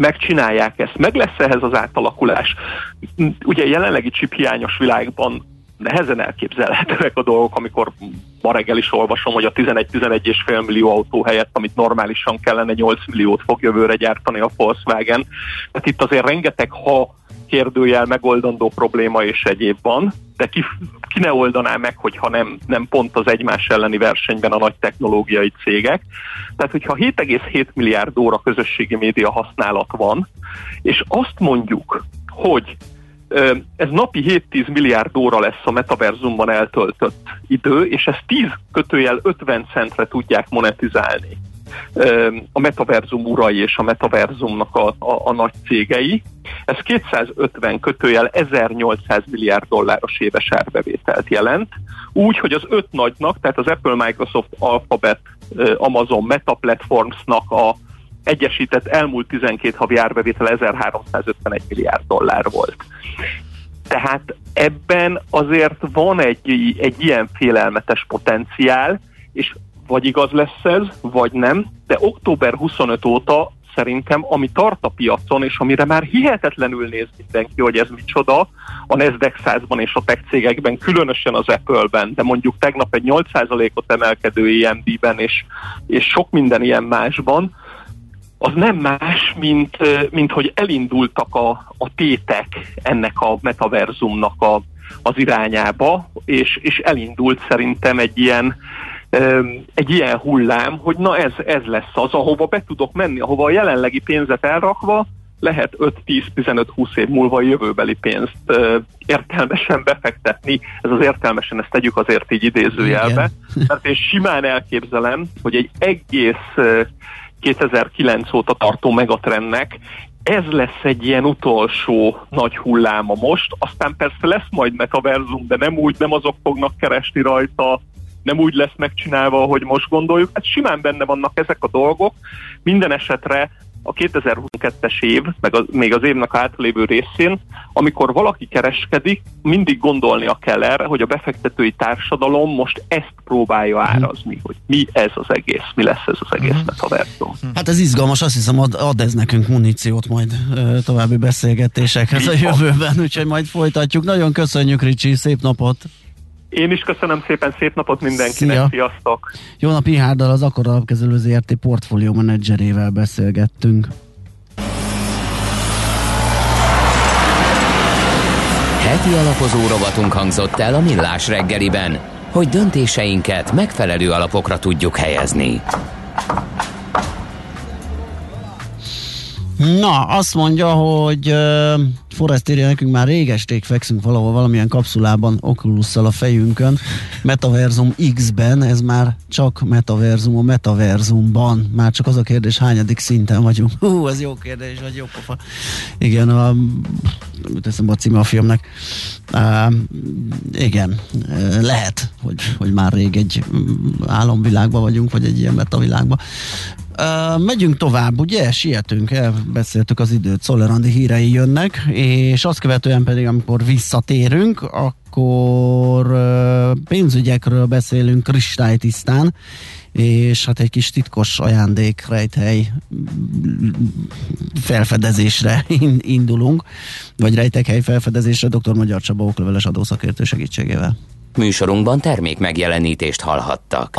megcsinálják ezt, meg lesz ehhez az átalakulás. Ugye jelenlegi chiphiányos világban nehezen elképzelhetőek a dolgok, amikor ma reggel is olvasom, hogy a 11,5 millió autó helyett, amit normálisan kellene 8 milliót fog jövőre gyártani a Volkswagen. Tehát itt azért rengeteg kérdőjel, megoldandó probléma és egyéb van, de ki ne oldaná meg, hogyha nem pont az egymás elleni versenyben a nagy technológiai cégek. Tehát, hogyha 7,7 milliárd óra közösségi média használat van, és azt mondjuk, hogy ez napi 7-10 milliárd óra lesz a metaverzumban eltöltött idő, és ezt 10-50 centre tudják monetizálni a metaverzum urai és a metaverzumnak a nagy cégei. Ez 250-1800 milliárd dolláros éves árbevételt jelent. Úgy, hogy az 5 nagynak, tehát az Apple, Microsoft, Alphabet, Amazon, Meta Platformsnak a egyesített elmúlt 12 havi árbevétel 1351 milliárd dollár volt. Tehát ebben azért van egy ilyen félelmetes potenciál, és vagy igaz lesz ez, vagy nem, de október 25 óta szerintem, ami tart a piacon, és amire már hihetetlenül néz mindenki, hogy ez micsoda, a Nasdaq 100-ban és a tech cégekben, különösen az Apple-ben, de mondjuk tegnap egy 8%-ot emelkedő EMD-ben, és sok minden ilyen másban, az nem más, mint hogy elindultak a tétek ennek a metaverzumnak az irányába, és elindult szerintem egy ilyen hullám, hogy na ez lesz az, ahova be tudok menni, ahova a jelenlegi pénzet elrakva lehet 5-10-15-20 év múlva a jövőbeli pénzt értelmesen befektetni. Ez az értelmesen, ezt tegyük azért így idézőjelbe. Mert én simán elképzelem, hogy egy egész 2009 óta tartó megatrendnek ez lesz egy ilyen utolsó nagy hulláma most, aztán persze lesz majd metaverzum, de nem azok fognak keresni rajta, nem úgy lesz megcsinálva, ahogy most gondoljuk. Hát simán benne vannak ezek a dolgok. Minden esetre a 2022-es év, meg még az évnek átlévő részén, amikor valaki kereskedik, mindig gondolnia kell erre, hogy a befektetői társadalom most ezt próbálja árazni, hogy mi ez az egész, mi lesz ez az egész metaverzum. Hát ez izgalmas, azt hiszem ad ez nekünk muníciót majd további beszélgetésekhez a jövőben, úgyhogy majd folytatjuk. Nagyon köszönjük, Ricsi, szép napot! Én is köszönöm szépen, szép napot mindenkinek, Szia. Sziasztok! Jó nap, Ihárdal, az Akkor Alapkezelő ZRT portfólió menedzserével beszélgettünk. Heti alapozó rovatunk hangzott el a Millás reggeliben, hogy döntéseinket megfelelő alapokra tudjuk helyezni. Na, azt mondja, hogy Forrest írja nekünk, már régesték fekszünk valahol valamilyen kapszulában, Oculusszal a fejünkön, Metaverzum X-ben, ez már csak metaverzum a metaverzumban. Már csak az a kérdés, hányadik szinten vagyunk. Ez jó kérdés, vagy jó pofa. Igen, teszem a címe a filmnek. Igen, lehet, hogy már rég egy álomvilágban vagyunk, vagy egy ilyen metavilágban. Megyünk tovább, ugye? Sietünk, elbeszéltük az időt, Czoller Andi hírei jönnek, és azt követően pedig, amikor visszatérünk, akkor pénzügyekről beszélünk kristálytisztán, és hát egy kis titkos ajándék rejthely felfedezésre indulunk, vagy rejtekhely felfedezésre dr. Magyar Csaba okleveles adószakértő segítségével. Műsorunkban termék megjelenítést hallhattak.